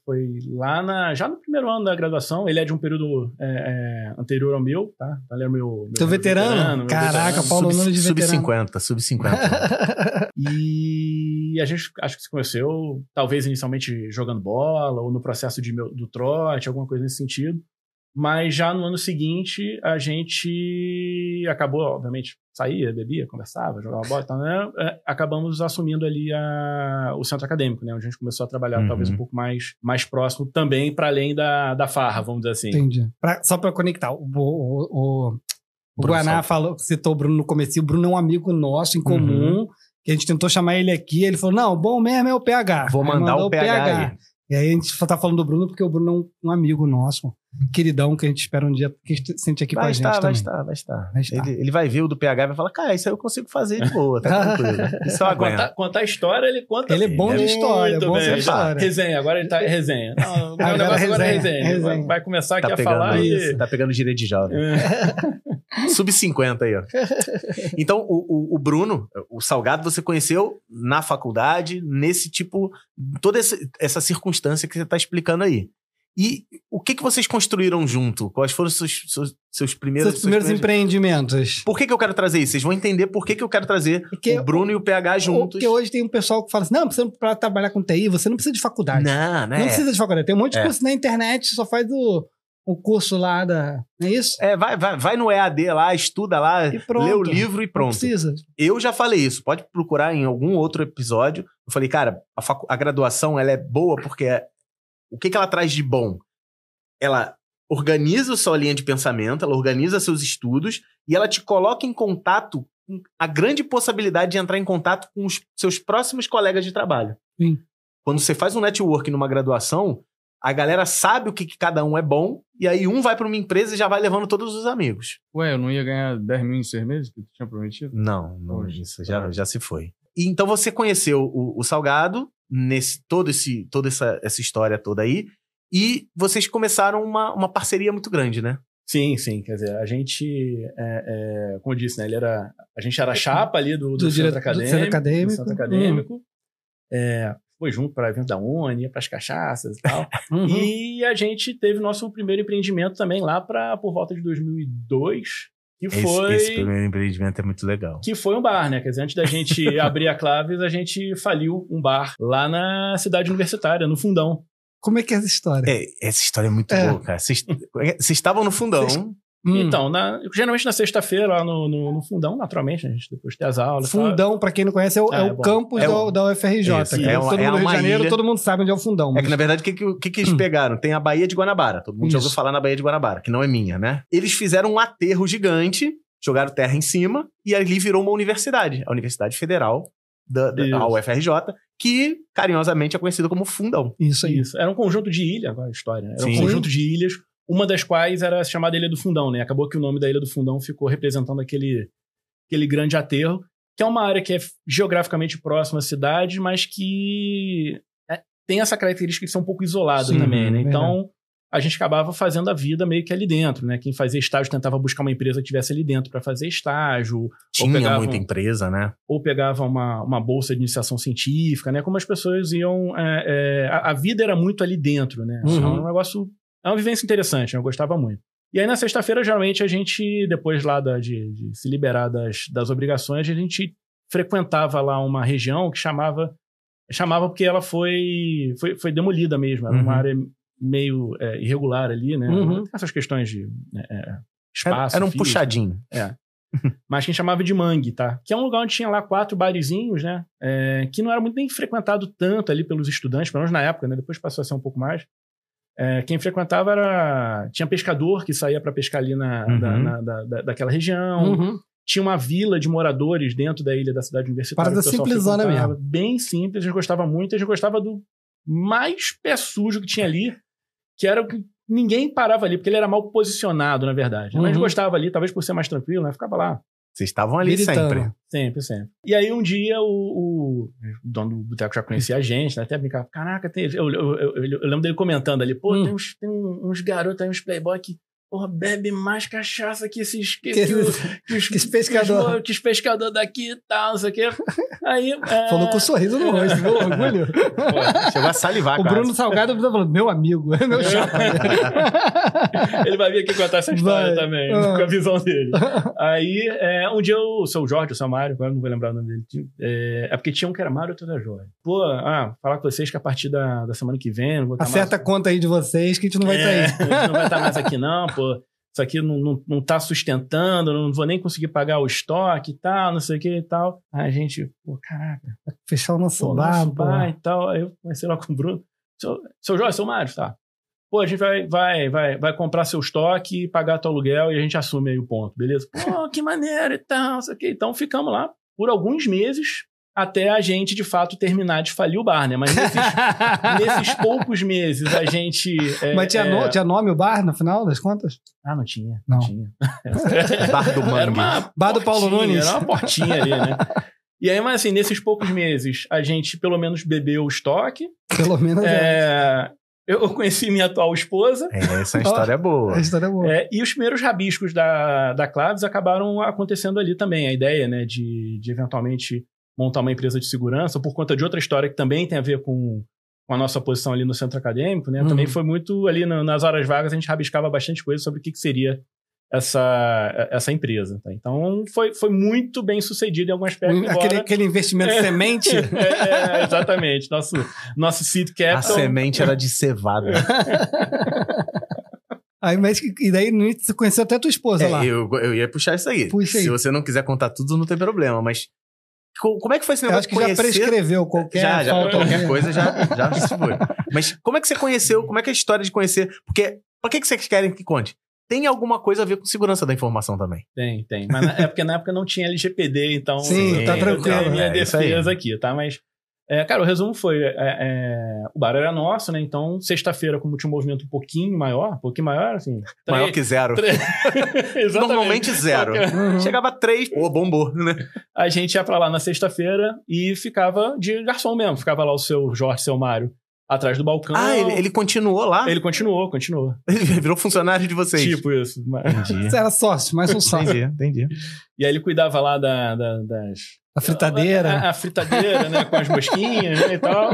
lá já no primeiro ano da graduação. Ele é de um período anterior ao meu, tá? Ele é meu Seu veterano? Caraca, Paulo Nunes de veterano. Sub-50. E a gente acho que se conheceu, talvez inicialmente jogando bola ou no processo do trote, alguma coisa nesse sentido. Mas já no ano seguinte, a gente acabou, obviamente, saía, bebia, conversava, jogava bola e tal, né? Acabamos assumindo ali o centro acadêmico, né? Onde a gente começou a trabalhar talvez um pouco mais próximo também, para além da farra, vamos dizer assim. Entendi. Só para conectar, o Guaná citou o Bruno no começo. O Bruno é um amigo nosso em comum, que a gente tentou chamar ele aqui, ele falou, não, bom mesmo é o PH. Vou mandar o PH aí. E aí a gente só tá falando do Bruno porque o Bruno é um amigo nosso, queridão, que a gente espera um dia que sente aqui com a gente também. Vai estar. Ele vai ver o do PH e vai falar, cara, isso aí eu consigo fazer de boa, tá tranquilo. Isso eu aguento. Contar a história, ele conta. Ele é bom de história, bom de história. Resenha, agora ele tá resenha. Não, agora é resenha. Vai começar aqui a falar e... Tá pegando direito de jovem. Sub-50 aí, ó. Então, o Bruno, o Salgado, você conheceu na faculdade, nesse tipo, toda essa circunstância que você tá explicando aí. E o que vocês construíram junto? Quais foram seus primeiros empreendimentos? Por que eu quero trazer isso? Vocês vão entender por que eu quero trazer o Bruno e o PH juntos. Porque hoje tem um pessoal que fala assim, não, para trabalhar com TI, você não precisa de faculdade. Não precisa de faculdade. Tem um monte de curso na internet, só faz o curso lá não é isso? Vai no EAD lá, estuda lá, lê o livro e pronto. Não precisa. Eu já falei isso, pode procurar em algum outro episódio. Eu falei, cara, a graduação ela é boa porque o que ela traz de bom? Ela organiza a sua linha de pensamento, ela organiza seus estudos e ela te coloca em contato com a grande possibilidade de entrar em contato com os seus próximos colegas de trabalho. Sim. Quando você faz um network numa graduação, a galera sabe o que cada um é bom e aí um vai para uma empresa e já vai levando todos os amigos. Ué, eu não ia ganhar 10 mil em 6 meses que tu tinha prometido? Não, isso já se foi. E então você conheceu o Salgado toda essa história toda aí, e vocês começaram uma parceria muito grande, né? Sim. Quer dizer, a gente, como eu disse, né? A gente era chapa ali do centro acadêmico. Foi junto para evento da Uni, ia para as cachaças e tal. E a gente teve nosso primeiro empreendimento também lá por volta de 2002. Esse primeiro empreendimento é muito legal. Que foi um bar, né? Quer dizer, antes da gente abrir a Claves, a gente faliu um bar lá na cidade universitária, no Fundão. Como é que é essa história? Essa história é muito boa, cara. Vocês estavam no Fundão. Então, geralmente na sexta-feira, lá no Fundão, naturalmente, a gente depois tem as aulas. Fundão, pra quem não conhece, é o campus da UFRJ. Isso, todo mundo no Rio de Janeiro, ilha. todo mundo sabe onde é o Fundão. Mas... É que, na verdade, o que eles pegaram? Tem a Baía de Guanabara. Todo mundo já ouviu falar na Baía de Guanabara, que não é minha, né? Eles fizeram um aterro gigante, jogaram terra em cima, e ali virou uma universidade. A Universidade Federal da UFRJ, que carinhosamente é conhecida como Fundão. Isso. Era um conjunto de ilhas, agora a história, né? Era um conjunto de ilhas, uma das quais era chamada Ilha do Fundão, né? Acabou que o nome da Ilha do Fundão ficou representando aquele grande aterro, que é uma área que é geograficamente próxima à cidade, mas que tem essa característica de ser um pouco isolada também, né? Então, a gente acabava fazendo a vida meio que ali dentro, né? Quem fazia estágio tentava buscar uma empresa que estivesse ali dentro para fazer estágio. Tinha muita empresa, né? Ou pegava uma bolsa de iniciação científica, né? Como as pessoas iam... a vida era muito ali dentro, né? É um negócio... É uma vivência interessante, né? Eu gostava muito. E aí, na sexta-feira, geralmente, a gente, depois lá de se liberar das obrigações, a gente frequentava lá uma região que chamava porque ela foi demolida mesmo. Era uma área meio irregular ali, né? Essas questões de espaço. Era um físico, puxadinho. Mas que a gente chamava de Mangue, tá? Que é um lugar onde tinha lá 4 barizinhos, né? Que não era muito nem frequentado tanto ali pelos estudantes, pelo menos na época, né? Depois passou a ser um pouco mais. Quem frequentava tinha pescador que saía para pescar ali daquela região. Tinha uma vila de moradores dentro da ilha da cidade universitária. Parada simplesona mesmo. Bem simples, a gente gostava muito. A gente gostava do mais pé sujo que tinha ali, que era o que ninguém parava ali, porque ele era mal posicionado, na verdade. Mas a gente gostava ali, talvez por ser mais tranquilo, né? Ficava lá. Vocês estavam ali sempre. Sempre. E aí um dia o dono do boteco já conhecia a gente, né? Até brincava, caraca, eu lembro dele comentando ali, pô, tem uns garotos aí, uns playboy que bebe mais cachaça que esses pescadores. Que os pescadores daqui e tal, não sei o quê. Aí, falou com um sorriso no rosto, meu orgulho. Chegou a salivar, o Bruno Salgado falou, meu amigo, meu chapa. Ele vai vir aqui contar essa história também, com a visão dele. Aí, um dia o seu Jorge, o seu Mário, agora não vou lembrar o nome dele, porque tinha um que era Mário e outro era Jorge. Pô, falar com vocês que a partir da semana que vem... Não vou acerta a conta aí de vocês que a gente não vai estar aí. A gente não vai estar mais aqui não, pô. Isso aqui não tá sustentando, não vou nem conseguir pagar o estoque e tal, não sei o que e tal. Aí a gente, pô, caraca. Fechar o nosso bar e tal. Aí eu comecei lá com o Bruno. Seu Jorge, seu Mário, tá. Pô, a gente vai comprar seu estoque, pagar teu aluguel e a gente assume aí o ponto, beleza? Pô, que maneiro e tal, não sei o que. Então ficamos lá por alguns meses, até a gente, de fato, terminar de falir o bar, né? Mas nesses poucos meses a gente... Mas tinha nome o bar, no final das contas? Não tinha. Não tinha. Bar do Mangue. Bar do Paulo Nunes. Era uma portinha ali, né? E aí, mas assim, nesses poucos meses, a gente pelo menos bebeu o estoque. Pelo menos eu conheci minha atual esposa. Essa história é boa. E os primeiros rabiscos da Claves acabaram acontecendo ali também. A ideia, né, de eventualmente montar uma empresa de segurança, por conta de outra história que também tem a ver com a nossa posição ali no centro acadêmico, né? Também foi muito ali nas horas vagas, a gente rabiscava bastante coisa sobre o que seria essa empresa. Tá? Então, foi muito bem sucedido em algum aspecto. Aquele investimento semente? Exatamente. Nosso seed capital. A semente era de cevada. E daí você conheceu até tua esposa lá. Eu ia puxar isso aí. Se você não quiser contar tudo, não tem problema, mas... Como é que foi esse negócio de conhecer? Já prescreveu qualquer qualquer coisa já se foi. Mas como é que você conheceu? Como é que é a história de conhecer? Porque, pra que vocês querem que conte? Tem alguma coisa a ver com segurança da informação também. Tem. Mas porque na época não tinha LGPD, então... Sim, tá tranquilo. Eu minha defesa aqui, tá? Mas, cara, o resumo foi... o bar era nosso, né? Então, sexta-feira, como tinha um movimento um pouquinho maior, assim... Maior que zero. Normalmente zero. Chegava 3, bombou, né? A gente ia pra lá na sexta-feira e ficava de garçom mesmo. Ficava lá o seu Jorge, seu Mário, atrás do balcão. Ele continuou lá? Ele continuou. Ele virou funcionário de vocês? Tipo isso. Entendi. Você era sócio, mais um sócio. Entendi. E aí ele cuidava lá das... A fritadeira. A fritadeira, né? Com as mosquinhas, né? E tal.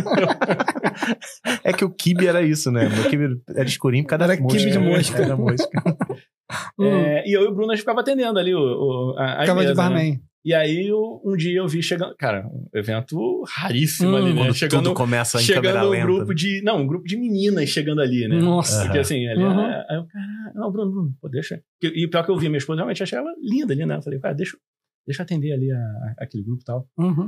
É que o quibe era isso, né? O quibe era escurinho por causa da mosca. Quibe de mosca. Era mosca. E eu e o Bruno, a gente ficava atendendo ali ficava de barman. Né? E aí, um dia eu vi chegando... Cara, um evento raríssimo ali, né? Quando tudo começa em câmera lenta. Um grupo de meninas chegando ali, né? Nossa. Porque assim, ali... Aí eu, cara... Não, Bruno, pô, deixa... E pior que eu vi minha esposa, realmente achei ela linda ali, né? Eu falei, cara, deixa eu atender ali aquele grupo e tal.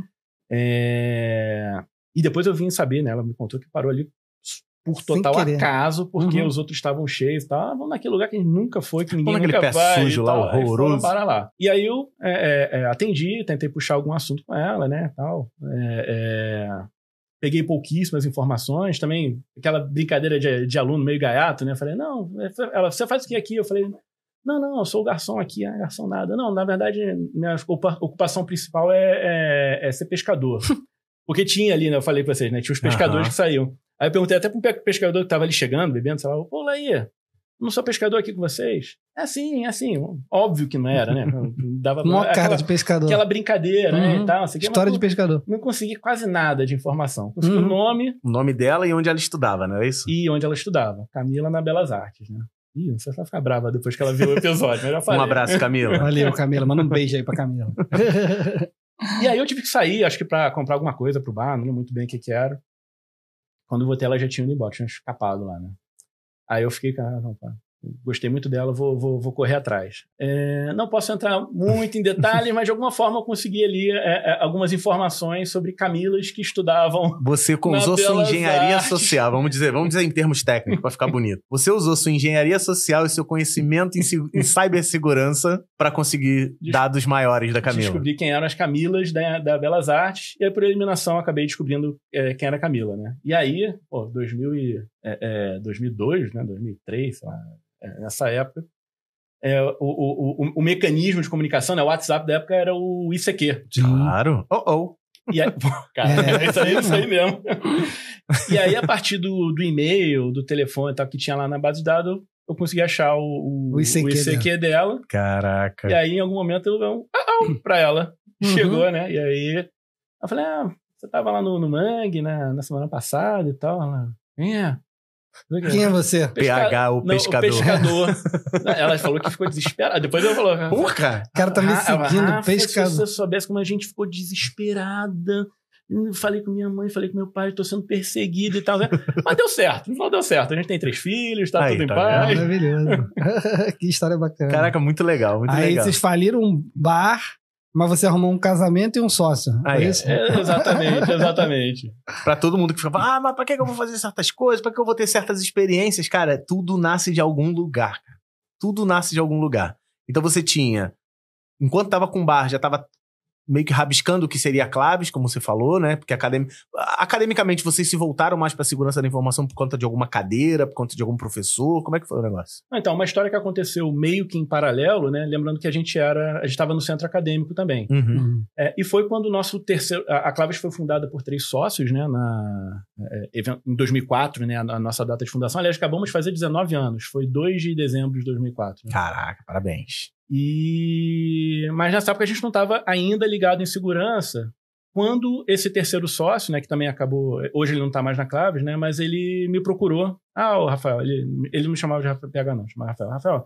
E depois eu vim saber, né? Ela me contou que parou ali por total acaso, porque os outros estavam cheios e tal. Vamos naquele lugar que a gente nunca foi, que ninguém nunca vai. Pé sujo lá, horroroso. Para lá. E aí eu atendi, tentei puxar algum assunto com ela, né? Tal. Peguei pouquíssimas informações. Também aquela brincadeira de aluno meio gaiato, né? Falei, não, você faz o que aqui? Eu falei... Não, eu sou o garçom aqui, garçom nada. Não, na verdade, minha ocupação principal é ser pescador. Porque tinha ali, né, eu falei pra vocês, né, tinha os pescadores que saíam. Aí eu perguntei até pra um pescador que tava ali chegando, bebendo, sei lá, pô, Laí, não sou pescador aqui com vocês? É assim. Óbvio que não era, né? Dava uma cara de pescador. Aquela brincadeira, né, e tal. História de pescador. Não consegui quase nada de informação. Consegui o nome dela e onde ela estudava, não é isso? E onde ela estudava. Camila na Belas Artes, né? Não sei se ela vai ficar brava depois que ela viu o episódio, mas já falei. Um abraço, Camila. Valeu, Camila. Manda um beijo aí pra Camila. E aí eu tive que sair, acho que pra comprar alguma coisa pro bar, não lembro muito bem o que era. Quando eu voltei, ela já tinha ido embora, tinha escapado lá, né? Aí eu fiquei, cara, não, pá. gostei muito dela, vou correr atrás. Não posso entrar muito em detalhes, mas de alguma forma eu consegui ali algumas informações sobre Camilas que estudavam. Você usou sua engenharia social, vamos dizer em termos técnicos, para ficar bonito. Você usou sua engenharia social e seu conhecimento em cibersegurança para conseguir dados maiores da Camila. Descobri quem eram as Camilas da Belas Artes, e aí, por eliminação, acabei descobrindo quem era a Camila, né? E aí, 2002, né? 2003, sei lá, nessa época, o mecanismo de comunicação, né? O WhatsApp da época era o ICQ. Claro. E aí, cara, isso aí mesmo. E aí, a partir do e-mail, do telefone e tal, que tinha lá na base de dados, eu consegui achar o ICQ dela. Caraca. E aí, em algum momento, eu dei pra ela. Chegou, né? E aí, eu falei, você tava lá no Mangue, né, na semana passada e tal. Ela, quem é você? PH, o pescador. O pescador. Ela falou que ficou desesperada. Depois ela falou... Porra! O cara tá me seguindo, pescador. Se você soubesse como a gente ficou desesperada... Falei com minha mãe, falei com meu pai, tô sendo perseguido e tal. Né? Mas deu certo, no final deu certo. A gente tem 3 filhos, tá tudo em paz. Maravilhoso. Que história bacana. Caraca, muito legal, muito legal. Aí vocês faliram um bar, mas você arrumou um casamento e um sócio. Aí, isso? Exatamente. Pra todo mundo que fala, mas pra que eu vou fazer certas coisas? Pra que eu vou ter certas experiências? Cara, tudo nasce de algum lugar. Cara. Tudo nasce de algum lugar. Então você tinha, enquanto tava com o bar, já tava meio que rabiscando o que seria a Claves, como você falou, né? Porque academicamente vocês se voltaram mais pra segurança da informação por conta de alguma cadeira, por conta de algum professor? Como é que foi o negócio? Então, uma história que aconteceu meio que em paralelo, né? Lembrando que a gente estava no centro acadêmico também. Uhum. E foi quando o nosso terceiro... A Claves foi fundada por 3 sócios, né? Em 2004, né? A nossa data de fundação. Aliás, acabamos de fazer 19 anos. Foi 2 de dezembro de 2004. Né? Caraca, parabéns. Mas nessa época a gente não estava ainda ligado em segurança. Quando esse terceiro sócio, né, que também acabou... Hoje ele não está mais na Claves, né, mas ele me procurou. O Rafael, ele não me chamava de PH não, chamava Rafael. Rafael,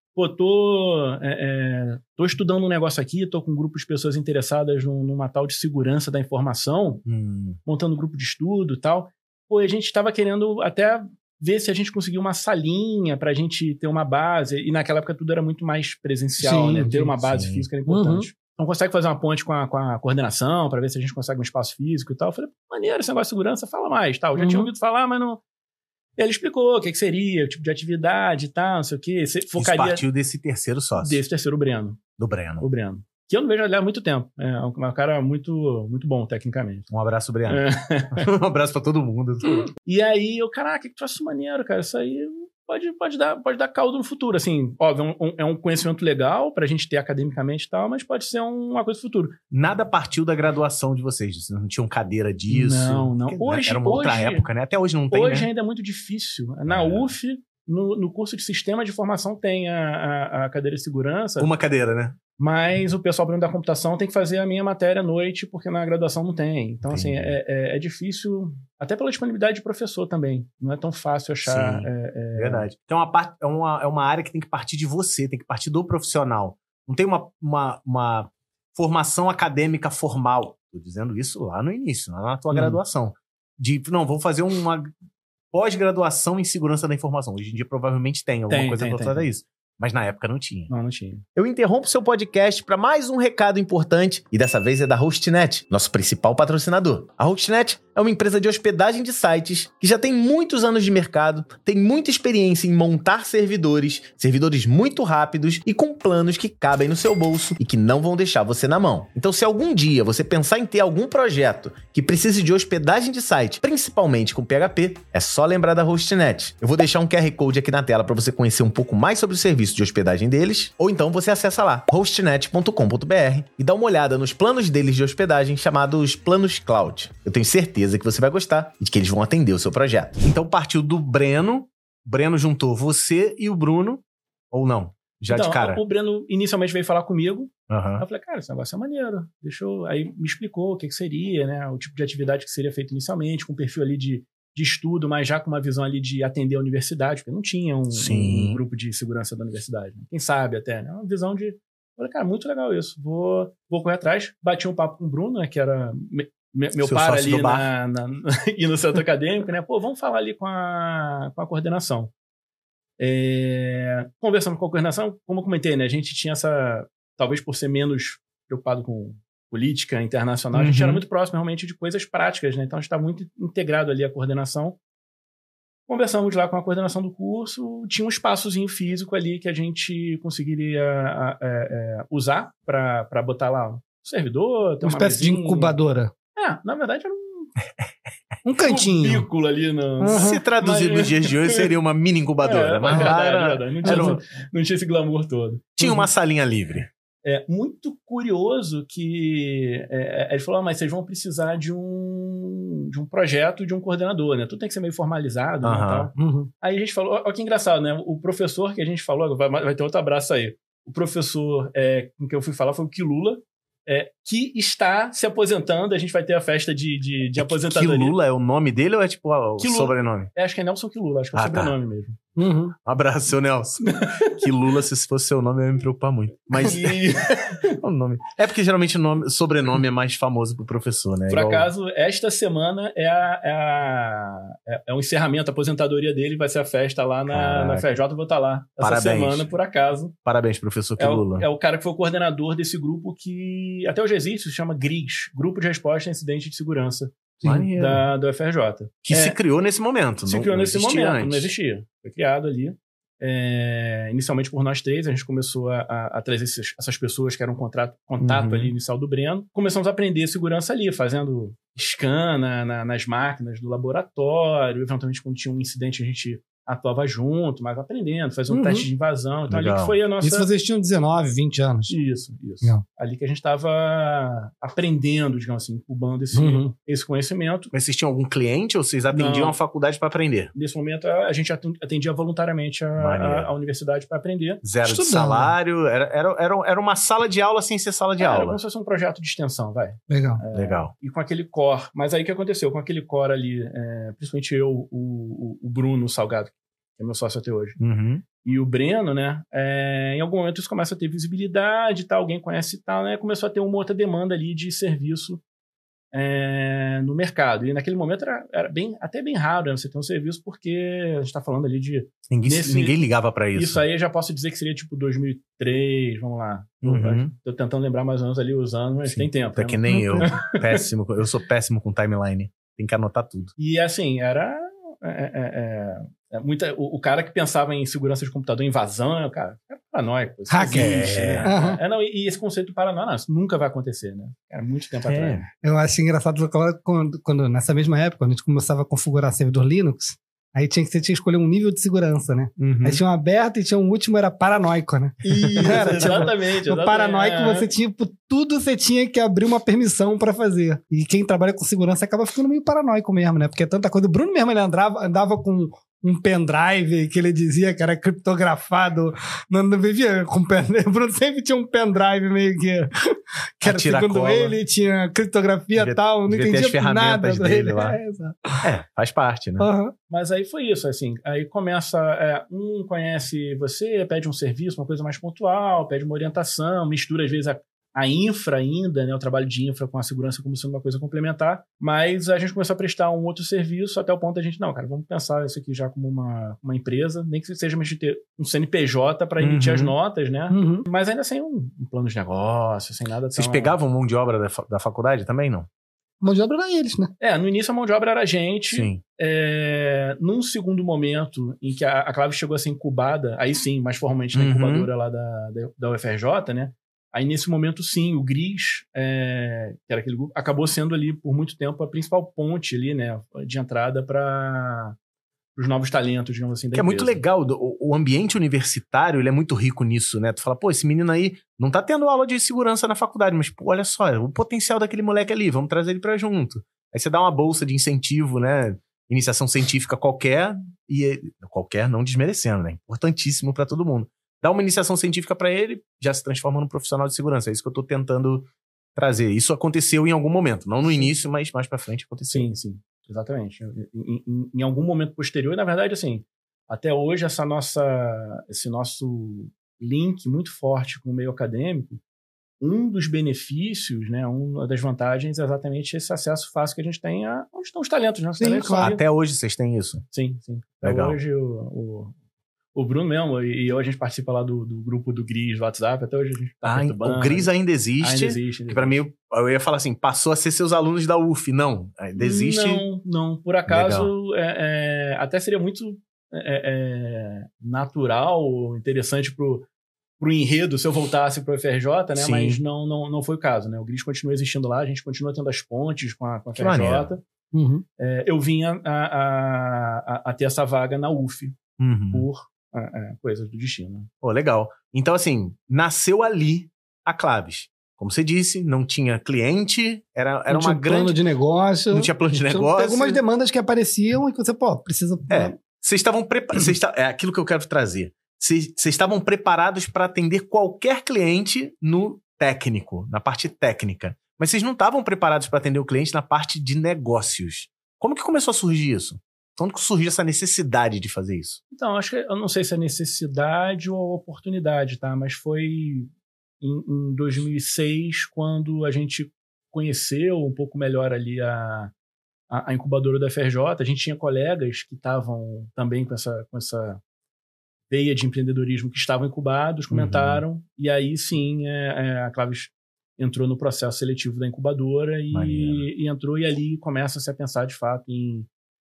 tô estudando um negócio aqui, tô com um grupo de pessoas interessadas numa tal de segurança da informação, montando um grupo de estudo e tal. A gente estava querendo até... ver se a gente conseguia uma salinha pra gente ter uma base. E naquela época tudo era muito mais presencial, né? Ter uma base física era importante. Então consegue fazer uma ponte com a coordenação pra ver se a gente consegue um espaço físico e tal. Eu falei, maneiro esse negócio de segurança, fala mais, tal. Eu já tinha ouvido falar, mas não... Ele explicou o que seria, o tipo de atividade e tal, não sei o quê. Você focaria... Isso partiu desse terceiro sócio. Desse terceiro, o Breno. Do Breno. O Breno. Que eu não vejo ele há muito tempo. É um cara muito, muito bom, tecnicamente. Um abraço, Breno. Um abraço pra todo mundo. E aí, que troço maneiro, cara. Isso aí pode dar caldo no futuro. Assim, óbvio, é um conhecimento legal pra gente ter academicamente e tal, mas pode ser uma coisa do futuro. Nada partiu da graduação de vocês. Vocês não tinham cadeira disso? Não. Era uma outra época, né? Até hoje não tem, Hoje né? ainda é muito difícil. Na UF... No curso de Sistema de Informação tem a cadeira de segurança. Uma cadeira, né? Mas o pessoal da computação tem que fazer a minha matéria à noite, porque na graduação não tem. Então, assim, é difícil, até pela disponibilidade de professor também. Não é tão fácil achar. Verdade. Então, é uma área que tem que partir de você, tem que partir do profissional. Não tem uma formação acadêmica formal. Estou dizendo isso lá no início, lá na tua graduação. Vou fazer uma pós-graduação em segurança da informação. Hoje em dia provavelmente tem alguma coisa relacionada a isso. Mas na época não tinha. Não tinha. Eu interrompo seu podcast para mais um recado importante, e dessa vez é da HostNet, nosso principal patrocinador. A HostNet é uma empresa de hospedagem de sites que já tem muitos anos de mercado, tem muita experiência em montar servidores muito rápidos e com planos que cabem no seu bolso e que não vão deixar você na mão. Então, se algum dia você pensar em ter algum projeto que precise de hospedagem de site, principalmente com PHP, é só lembrar da HostNet. Eu vou deixar um QR Code aqui na tela para você conhecer um pouco mais sobre o serviço de hospedagem deles, ou então você acessa lá, hostnet.com.br, e dá uma olhada nos planos deles de hospedagem chamados Planos Cloud. Eu tenho certeza que você vai gostar e de que eles vão atender o seu projeto. Então partiu do Breno juntou você e o Bruno, ou não? De cara? O Breno inicialmente veio falar comigo. Uhum. Eu falei, cara, esse negócio é maneiro. Aí me explicou o que seria, né? O tipo de atividade que seria feito inicialmente, com um perfil ali de estudo, mas já com uma visão ali de atender a universidade, porque não tinha um grupo de segurança da universidade. Né? Quem sabe até, né? Uma visão de... Eu falei, cara, muito legal isso. Vou correr atrás. Bati um papo com o Bruno, né? Que era meu par ali e no centro acadêmico, né? Vamos falar ali com a coordenação. Conversamos com a coordenação, como eu comentei, né? A gente tinha talvez por ser menos preocupado com política internacional, a gente era muito próximo realmente de coisas práticas, né? Então a gente estava muito integrado ali à coordenação. Conversamos lá com a coordenação do curso, tinha um espaçozinho físico ali que a gente conseguiria usar para botar lá um servidor, uma espécie de incubadora. Na verdade era um cantinho. Um cubículo ali. Se traduzir nos dias de hoje, seria uma mini incubadora. Mas verdade. Não tinha esse glamour todo. Tinha uma salinha livre. Muito curioso que ele falou, mas vocês vão precisar de um projeto, de um coordenador, né? Tudo tem que ser meio formalizado, né, tal. Aí a gente falou, olha que engraçado, né? O professor que a gente falou, vai ter outro abraço aí. O professor com que eu fui falar foi o Quilula, que está se aposentando. A gente vai ter a festa de aposentadoria. Quilula é o nome dele ou é tipo o sobrenome? Acho que é Nelson Quilula, acho que é o sobrenome mesmo. Um abraço, seu Nelson. Quilula, se fosse seu nome, eu ia me preocupar muito. Mas o nome. É porque geralmente sobrenome é mais famoso pro professor, né? Por acaso, esta semana é o encerramento, a aposentadoria dele, vai ser a festa lá na FRJ, eu vou estar lá essa semana, por acaso. Parabéns, professor Quilula. É o cara que foi o coordenador desse grupo que até hoje existe, se chama GRIS, Grupo de Resposta a Incidente de Segurança. Do FRJ. Que se criou nesse momento. Não existia. Foi criado ali. Inicialmente por nós três, a gente começou a trazer essas pessoas que eram contato ali inicial do Breno. Começamos a aprender segurança ali, fazendo scan nas máquinas do laboratório. Eventualmente, quando tinha um incidente, a gente atuava junto, mas aprendendo, fazendo um teste de invasão. Então, ali que foi a nossa... Isso vocês tinham 19, 20 anos. Isso. Não. Ali que a gente estava aprendendo, digamos assim, incubando esse conhecimento. Mas vocês tinham algum cliente ou vocês atendiam a faculdade para aprender? Nesse momento, a gente atendia voluntariamente a universidade para aprender. Zero de salário. Era uma sala de aula sem ser sala de aula. Era como se fosse um projeto de extensão, vai. Legal. E com aquele core. Mas aí o que aconteceu? Com aquele core ali, principalmente eu, o Bruno Salgado, que é meu sócio até hoje, e o Breno, né, em algum momento isso começa a ter visibilidade, tá, alguém conhece e tal, né, começou a ter uma outra demanda ali de serviço no mercado. E naquele momento era até bem raro, né, você ter um serviço, porque a gente tá falando ali de... Ninguém ligava pra isso. Isso aí eu já posso dizer que seria tipo 2003, vamos lá. Tô tentando lembrar mais ou menos ali os anos, mas tem tempo. Até que nem eu. Eu sou péssimo com timeline. Tem que anotar tudo. E assim, era... o cara que pensava em segurança de computador, invasão, cara, era paranoico. Hacker. E esse conceito de paranoia, isso nunca vai acontecer, né? Era muito tempo atrás. Eu acho engraçado quando nessa mesma época, quando a gente começava a configurar servidor Linux, aí você tinha que escolher um nível de segurança, né? Aí tinha um aberto e tinha um último, era paranoico, né? Exatamente. No paranoico, tudo você tinha que abrir uma permissão pra fazer. E quem trabalha com segurança acaba ficando meio paranoico mesmo, né? Porque é tanta coisa. O Bruno mesmo, ele andava com um pendrive que ele dizia que era criptografado. Não vivia com pendrive. O Bruno sempre tinha um pendrive meio que era, segundo ele, tinha criptografia e tal. Não entendia nada dele lá. Faz parte, né? Mas aí foi isso, assim. Aí começa, um conhece você, pede um serviço, uma coisa mais pontual, pede uma orientação, mistura às vezes a infra ainda, né, o trabalho de infra com a segurança como sendo uma coisa complementar, mas a gente começou a prestar um outro serviço até o ponto da gente, não, cara, vamos pensar isso aqui já como uma empresa, nem que seja ter um CNPJ para emitir as notas, né, mas ainda sem um plano de negócio, sem nada. Vocês pegavam mão de obra da faculdade também, não? Mão de obra era eles, né? No início a mão de obra era a gente. Sim. Num segundo momento em que a Clave chegou a ser incubada, aí sim, mais formalmente na incubadora lá da UFRJ, né? Aí, nesse momento, sim, o GRIS, que era aquele grupo, acabou sendo ali, por muito tempo, a principal ponte ali, né, de entrada para os novos talentos, digamos assim, da empresa. É muito legal. O ambiente universitário, ele é muito rico nisso, né? Tu fala, esse menino aí não tá tendo aula de segurança na faculdade, mas, olha só, o potencial daquele moleque ali, vamos trazer ele pra junto. Aí você dá uma bolsa de incentivo, né? Iniciação científica qualquer, qualquer não desmerecendo, né? Importantíssimo para todo mundo. Dá uma iniciação científica para ele, já se transforma num profissional de segurança. É isso que eu tô tentando trazer. Isso aconteceu em algum momento. Não no início, mas mais para frente aconteceu. Sim. Exatamente. Em algum momento posterior, e na verdade, assim, até hoje, esse nosso link muito forte com o meio acadêmico, um dos benefícios, né, uma das vantagens é exatamente esse acesso fácil que a gente tem a onde estão os talentos, né? Sim, claro. Até hoje vocês têm isso? Sim. Legal. Até hoje O Bruno mesmo, e eu, a gente participa lá do grupo do Gris, do WhatsApp, até hoje a gente tá o Gris ainda existe. Ainda existe. Que pra mim, eu ia falar assim, passou a ser seus alunos da UF. Não, ainda existe. Não. Por acaso, até seria muito natural, interessante pro enredo se eu voltasse pro FRJ, né? Sim. Mas não foi o caso, né? O Gris continua existindo lá, a gente continua tendo as pontes com a Que FRJ. maneiro. Uhum. Eu vinha a ter essa vaga na UF por coisas do destino. Pô, legal. Então, assim, nasceu ali a Claves. Como você disse, não tinha cliente, era não uma tinha plano de negócio. Não tinha plano de negócio. Tem algumas demandas que apareciam e que você, precisa... Vocês estavam preparados. É aquilo que eu quero trazer. Vocês estavam preparados para atender qualquer cliente no técnico, na parte técnica. Mas vocês não estavam preparados para atender o cliente na parte de negócios. Como que começou a surgir isso? Quando que surgiu essa necessidade de fazer isso? Então, acho que eu não sei se é necessidade ou oportunidade, tá? Mas foi em 2006 quando a gente conheceu um pouco melhor ali a incubadora da FRJ. A gente tinha colegas que estavam também com essa veia de empreendedorismo que estavam incubados, comentaram, e aí sim a Claves entrou no processo seletivo da incubadora e entrou, e ali começa-se a pensar de fato em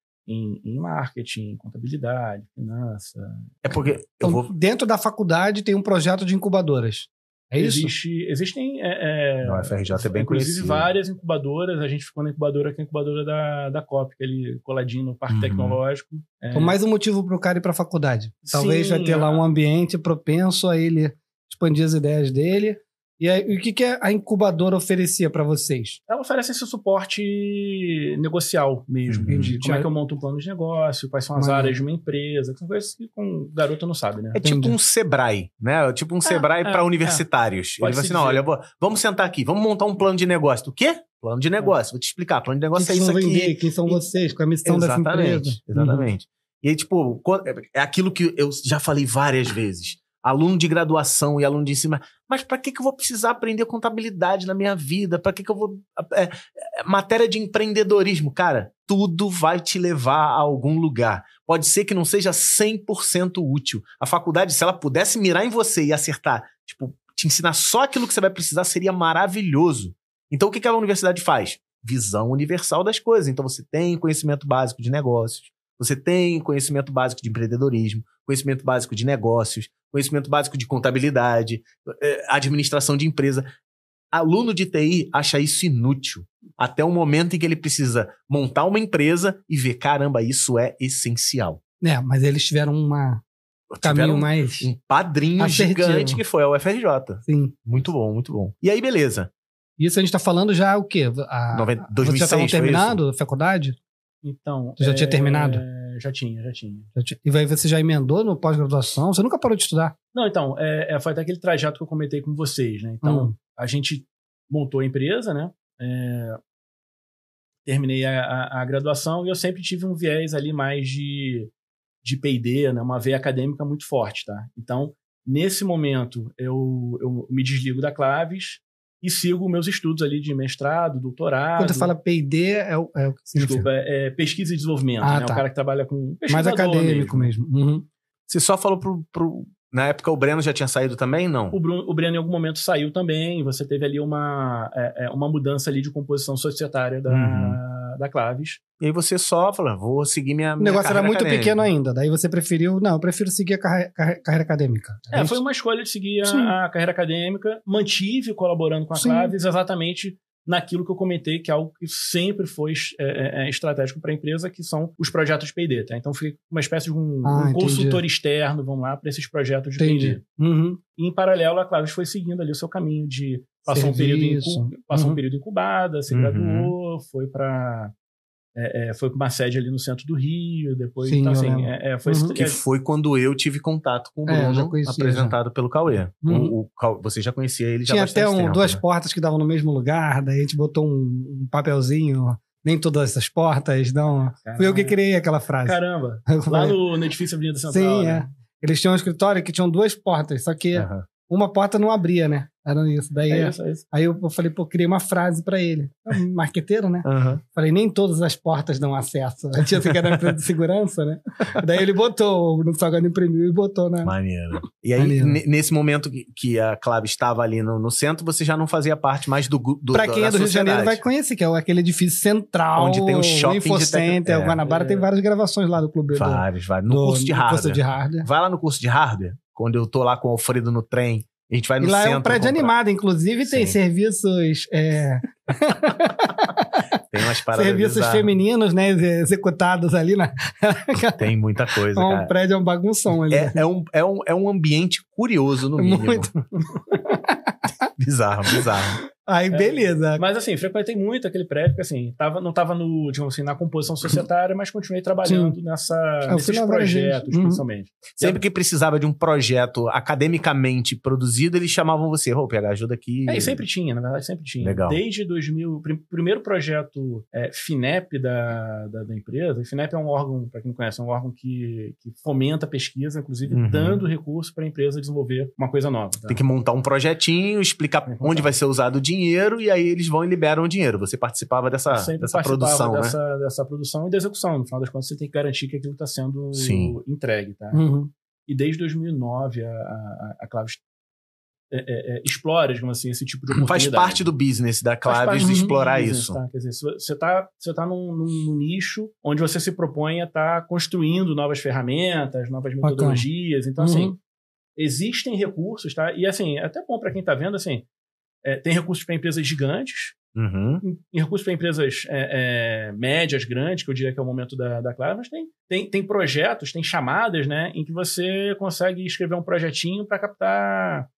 marketing, contabilidade, finança. É porque dentro da faculdade tem um projeto de incubadoras. É isso? Existem a FRJ é bem conhecida. Várias incubadoras. A gente ficou na incubadora, que é a incubadora da COP, que é ali coladinho no Parque Tecnológico. Então, mais um motivo para o cara ir para a faculdade. Talvez vai ter lá um ambiente propenso a ele expandir as ideias dele. E aí, o que a incubadora oferecia para vocês? Ela oferece esse suporte negocial mesmo. Como é que eu monto um plano de negócio, quais são as áreas de uma empresa, que são coisas que o garoto não sabe, né? É tipo um Sebrae, né? Tipo um Sebrae para universitários. Ele vai assim, olha, vamos sentar aqui, vamos montar um plano de negócio. O quê? Plano de negócio. Vou te explicar. Plano de negócio é isso aqui. Vender, quem são vocês? Qual é a missão dessa empresa? Exatamente. E aí, tipo, é aquilo que eu já falei várias vezes. Aluno de graduação e aluno de ensino, mas para que eu vou precisar aprender contabilidade na minha vida? Para que eu vou... matéria de empreendedorismo. Cara, tudo vai te levar a algum lugar. Pode ser que não seja 100% útil. A faculdade, se ela pudesse mirar em você e acertar, tipo, te ensinar só aquilo que você vai precisar, seria maravilhoso. Então, o que a universidade faz? Visão universal das coisas. Então, você tem conhecimento básico de negócios, você tem conhecimento básico de empreendedorismo, conhecimento básico de negócios, conhecimento básico de contabilidade, administração de empresa. Aluno de TI acha isso inútil, até o momento em que ele precisa montar uma empresa e ver, caramba, isso é essencial. Mas eles tiveram caminho mais... Um padrinho assertivo. Gigante que foi a UFRJ. Sim. Muito bom, muito bom. E aí, beleza. Isso a gente tá falando já o quê? 2006, vocês já estavam terminando a faculdade? Então... Você já tinha terminado? Já tinha. E aí você já emendou no pós-graduação? Você nunca parou de estudar? Não, então, foi até aquele trajeto que eu comentei com vocês, né? Então, a gente montou a empresa, né? Terminei a graduação e eu sempre tive um viés ali mais de P&D, né? Uma veia acadêmica muito forte, tá? Então, nesse momento, eu me desligo da Claves e sigo meus estudos ali de mestrado, doutorado. Quando você fala P&D, é o que significa? Desculpa, é pesquisa e desenvolvimento, né? Tá. O cara que trabalha com mais acadêmico mesmo. Você só falou na época o Breno já tinha saído também, não? O Breno em algum momento saiu também, você teve ali uma mudança ali de composição societária da Claves. E aí você só falou, vou seguir minha O negócio era muito acadêmica. pequeno ainda, daí você preferiu, eu prefiro seguir a carreira acadêmica. Foi uma escolha de seguir a carreira acadêmica, mantive colaborando com a Claves exatamente naquilo que eu comentei, que é algo que sempre foi estratégico para a empresa, que são os projetos de P&D, tá? Então, fui uma espécie de um consultor externo, vamos lá, para esses projetos de P&D. E, em paralelo, a Claves foi seguindo ali o seu caminho de passar um período incubada, se graduou, foi para uma sede ali no centro do Rio, depois... Sim, então, assim, que foi quando eu tive contato com o Bruno, apresentado pelo Cauê. Você já conhecia ele já há bastante tempo. Tinha até duas portas que davam no mesmo lugar, daí a gente botou um papelzinho, nem todas essas portas, não. Fui eu que criei aquela frase. Caramba! Lá no edifício Avenida Central. Sim, né? Eles tinham um escritório que tinham duas portas, só que uma porta não abria, né? Era isso. Daí, isso. Aí eu falei, pô, criei uma frase pra ele. Marqueteiro, né? Falei, nem todas as portas dão acesso. Eu tinha que era empresa de segurança, né? Daí ele botou, no Salgado imprimiu e botou, né? Maneiro. E aí, nesse momento que a Claves estava ali no centro, você já não fazia parte mais do pra quem é do Rio de Janeiro vai conhecer, que é aquele edifício central, onde tem o shopping, o Infocenter, o Guanabara, tem várias gravações lá do clube. Vários. No curso de hardware. Vai lá no curso de hardware, quando eu tô lá com o Alfredo no trem, a gente vai no centro. E lá é um prédio animado, inclusive tem serviços... Tem umas paradas serviços femininos, né, executados ali. Tem muita coisa, cara. Um prédio é um bagunção ali. É um ambiente curioso, no mínimo. Muito. Bizarro. Aí, beleza. Mas, assim, frequentei muito aquele prédio, porque, assim, não tava digamos assim, na composição societária, mas continuei trabalhando nesses projetos, principalmente. Sempre que precisava de um projeto academicamente produzido, eles chamavam você, PH, ajuda aqui. E sempre tinha, na verdade, sempre tinha. Legal. Desde 2000, primeiro projeto FINEP da empresa. FINEP é um órgão, para quem não conhece, é um órgão que fomenta a pesquisa, inclusive dando recurso para a empresa desenvolver uma coisa nova. Tá? Tem que montar um projetinho, explicar onde vai ser usado o dinheiro, e aí eles vão e liberam o dinheiro. Você participava dessa produção, né? Dessa produção e da execução. No final das contas, você tem que garantir que aquilo está sendo entregue, tá? E desde 2009, a Claves explora, digamos assim, esse tipo de oportunidade. Faz parte do business da Claves explorar isso. Tá? Quer dizer, você tá num nicho onde você se propõe a estar construindo novas ferramentas, novas metodologias. Então, assim, existem recursos, tá? E, assim, é até bom para quem está vendo, assim, tem recursos para empresas gigantes, recursos para empresas médias, grandes, que eu diria que é o momento da Claves, mas tem projetos, tem chamadas, né, em que você consegue escrever um projetinho para captar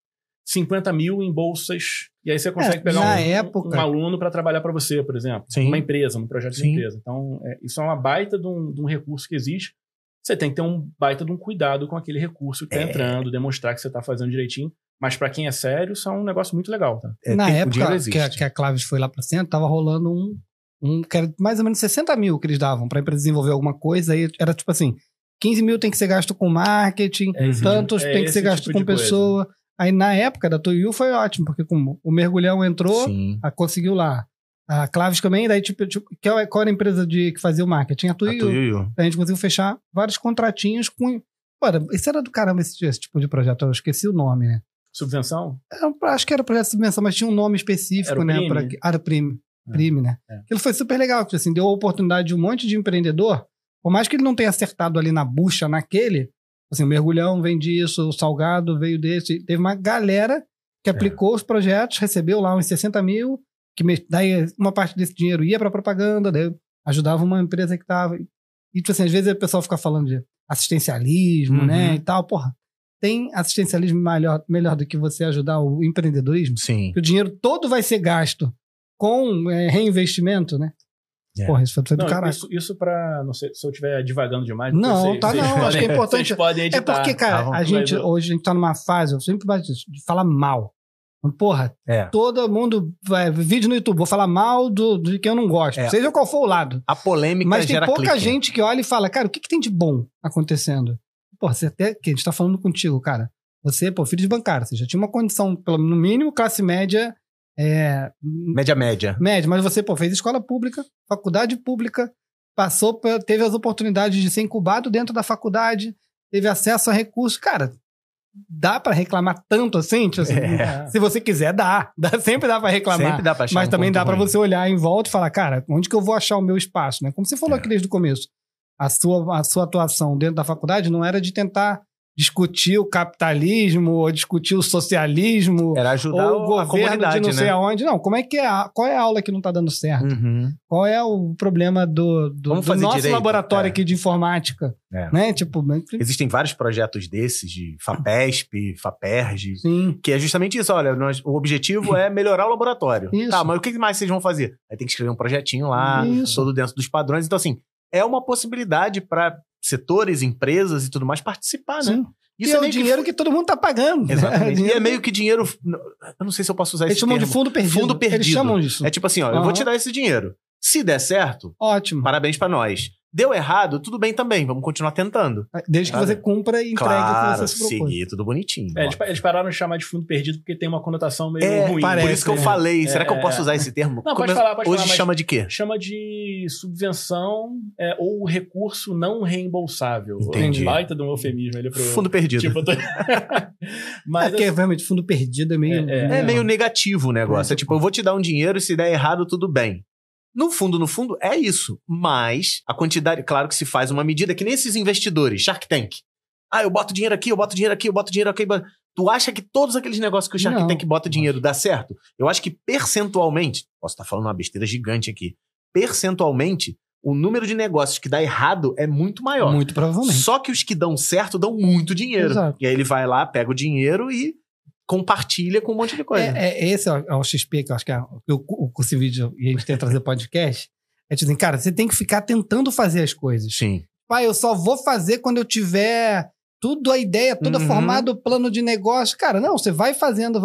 50 mil em bolsas, e aí você consegue pegar um aluno para trabalhar para você, por exemplo. Uma empresa, um projeto de empresa. Então, isso é uma baita de um recurso que existe. Você tem que ter um baita de um cuidado com aquele recurso que está entrando, demonstrar que você está fazendo direitinho. Mas para quem é sério, isso é um negócio muito legal. Tá? Na época que a Claves foi lá para o centro, estava rolando que era mais ou menos 60 mil que eles davam para a empresa desenvolver alguma coisa. Aí era tipo assim, 15 mil tem que ser gasto com marketing, tantos tem que ser gasto com pessoa. Aí na época da Tuiu foi ótimo, porque como o Mergulhão entrou, conseguiu lá. A Claves também, daí qual era a empresa que fazia o marketing? A Tuiu. A gente conseguiu fechar vários contratinhos com... Ora, isso era do caramba esse tipo de projeto, eu esqueci o nome, né? Subvenção? Acho que era projeto de subvenção, mas tinha um nome específico, né? Era o Prime, né? Aquilo foi super legal, porque assim, deu a oportunidade de um monte de empreendedor, por mais que ele não tenha acertado ali na bucha naquele, assim, o Mergulhão vem disso, o Salgado veio desse, teve uma galera que aplicou os projetos, recebeu lá uns 60 mil, daí uma parte desse dinheiro ia para propaganda, daí ajudava uma empresa que estava... E, tipo assim, às vezes o pessoal fica falando de assistencialismo, né, e tal, porra. Tem assistencialismo melhor do que você ajudar o empreendedorismo? Sim. Que o dinheiro todo vai ser gasto com reinvestimento, né? Porra, isso foi do caralho. Isso pra... Não sei se eu estiver divagando demais. Não. Acho que é importante. Vocês podem editar. É porque, cara, hoje a gente tá numa fase, eu sempre gosto de falar mal. Porra, todo mundo... vídeo no YouTube, vou falar mal de quem eu não gosto. Seja qual for o lado. A polêmica mas gera tem pouca clique. gente que olha e fala, cara, o que tem de bom acontecendo? Porra, você até que a gente tá falando contigo, cara. Você, filho de bancário, você já tinha uma condição, no mínimo, classe média. Média. Mas você, fez escola pública, faculdade pública, teve as oportunidades de ser incubado dentro da faculdade, teve acesso a recursos. Cara, dá pra reclamar tanto assim? Tipo assim, se você quiser, dá. Sempre dá pra reclamar. Sempre dá pra achar mas também dá pra você olhar em volta e falar, cara, onde que eu vou achar o meu espaço, né? Como você falou aqui desde o começo. A sua atuação dentro da faculdade não era de tentar discutir o capitalismo ou discutir o socialismo. Era ajudar ou o governo a comunidade, de não sei aonde. Não, como é que qual é a aula que não está dando certo? Qual é o problema do nosso laboratório aqui de informática? Né? Tipo, existem vários projetos desses, de FAPESP, FAPERJ, Sim. que é justamente isso. Olha, o objetivo é melhorar o laboratório. Isso. Tá, mas o que mais vocês vão fazer? Aí tem que escrever um projetinho lá, todo dentro dos padrões. Então, assim, é uma possibilidade para setores, empresas e tudo mais participar, né? Isso é o dinheiro que todo mundo tá pagando. Exatamente. E é meio que dinheiro... Eu não sei se eu posso usar esse termo. Eles chamam de fundo perdido. Fundo perdido. Eles chamam disso. É tipo assim, ó, eu vou te dar esse dinheiro. Se der certo, ótimo. Parabéns pra nós. Deu errado, tudo bem também, vamos continuar tentando. Desde que você cumpra e entregue o que você se propôs. Seguir tudo bonitinho. Eles pararam de chamar de fundo perdido porque tem uma conotação meio ruim. Parece, por isso que eu falei. Será que eu posso usar esse termo? Não, pode falar. Hoje chama de quê? Chama de subvenção ou recurso não reembolsável. Entendi. Baita de um eufemismo. Fundo perdido. Tipo, mas porque realmente fundo perdido é meio... É meio negativo o negócio. É tipo, eu vou te dar um dinheiro e se der errado, tudo bem. No fundo, é isso. Mas a quantidade, claro que se faz uma medida que nem esses investidores, Shark Tank. Eu boto dinheiro aqui, eu boto dinheiro aqui, eu boto dinheiro aqui. Tu acha que todos aqueles negócios que o Shark Tank bota dinheiro dá certo? Eu acho que percentualmente, posso estar falando uma besteira gigante aqui, percentualmente, o número de negócios que dá errado é muito maior. Muito provavelmente. Só que os que dão certo dão muito dinheiro. Exato. E aí ele vai lá, pega o dinheiro e compartilha com um monte de coisa. Esse é o XP, que eu acho que é o curso vídeo e a gente tem que trazer podcast. É tipo assim, cara, você tem que ficar tentando fazer as coisas. Sim. Eu só vou fazer quando eu tiver tudo, a ideia toda formada, o plano de negócio. Cara, não, você vai fazendo,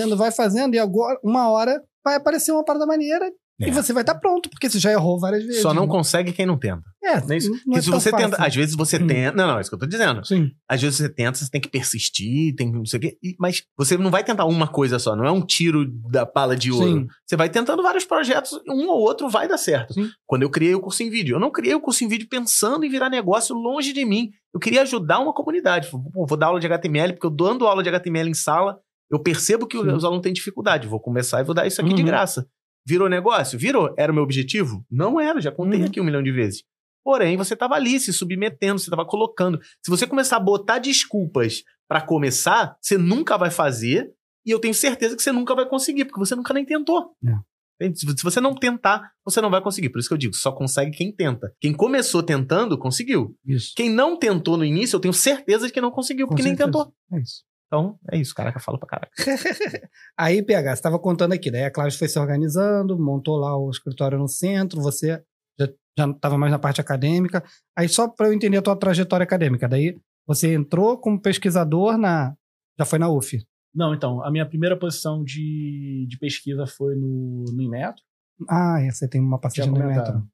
e agora, uma hora, vai aparecer uma parada maneira e você vai estar pronto, porque você já errou várias vezes. Só não consegue quem não tenta. Não é se você fácil. tenta, às vezes você tenta. Não, é isso que eu tô dizendo. Sim. Às vezes você tenta, você tem que persistir, tem não sei o quê. Mas você não vai tentar uma coisa só, não é um tiro da bala de ouro. Sim. Você vai tentando vários projetos, um ou outro vai dar certo. Sim. Quando eu criei o curso em vídeo, eu não criei o curso em vídeo pensando em virar negócio longe de mim. Eu queria ajudar uma comunidade. Vou dar aula de HTML, porque eu dando aula de HTML em sala, eu percebo que os alunos têm dificuldade. Vou começar e vou dar isso aqui de graça. Virou negócio? Virou. Era o meu objetivo? Não era, já contei aqui 1 milhão de vezes. Porém, você estava ali se submetendo, você estava colocando. Se você começar a botar desculpas para começar, você nunca vai fazer e eu tenho certeza que você nunca vai conseguir, porque você nunca nem tentou. Se você não tentar, você não vai conseguir. Por isso que eu digo, só consegue quem tenta. Quem começou tentando, conseguiu. Isso. Quem não tentou no início, eu tenho certeza de que não conseguiu, porque nem tentou. É isso. Então, é isso. Caraca, fala pra caraca. Aí, PH, você estava contando aqui, daí a Claves foi se organizando, montou lá o escritório no centro, você já estava mais na parte acadêmica. Aí, só para eu entender a tua trajetória acadêmica, daí você entrou como pesquisador já foi na UF. Não, então, a minha primeira posição de pesquisa foi no Inmetro. Você tem uma passagem no Inmetro.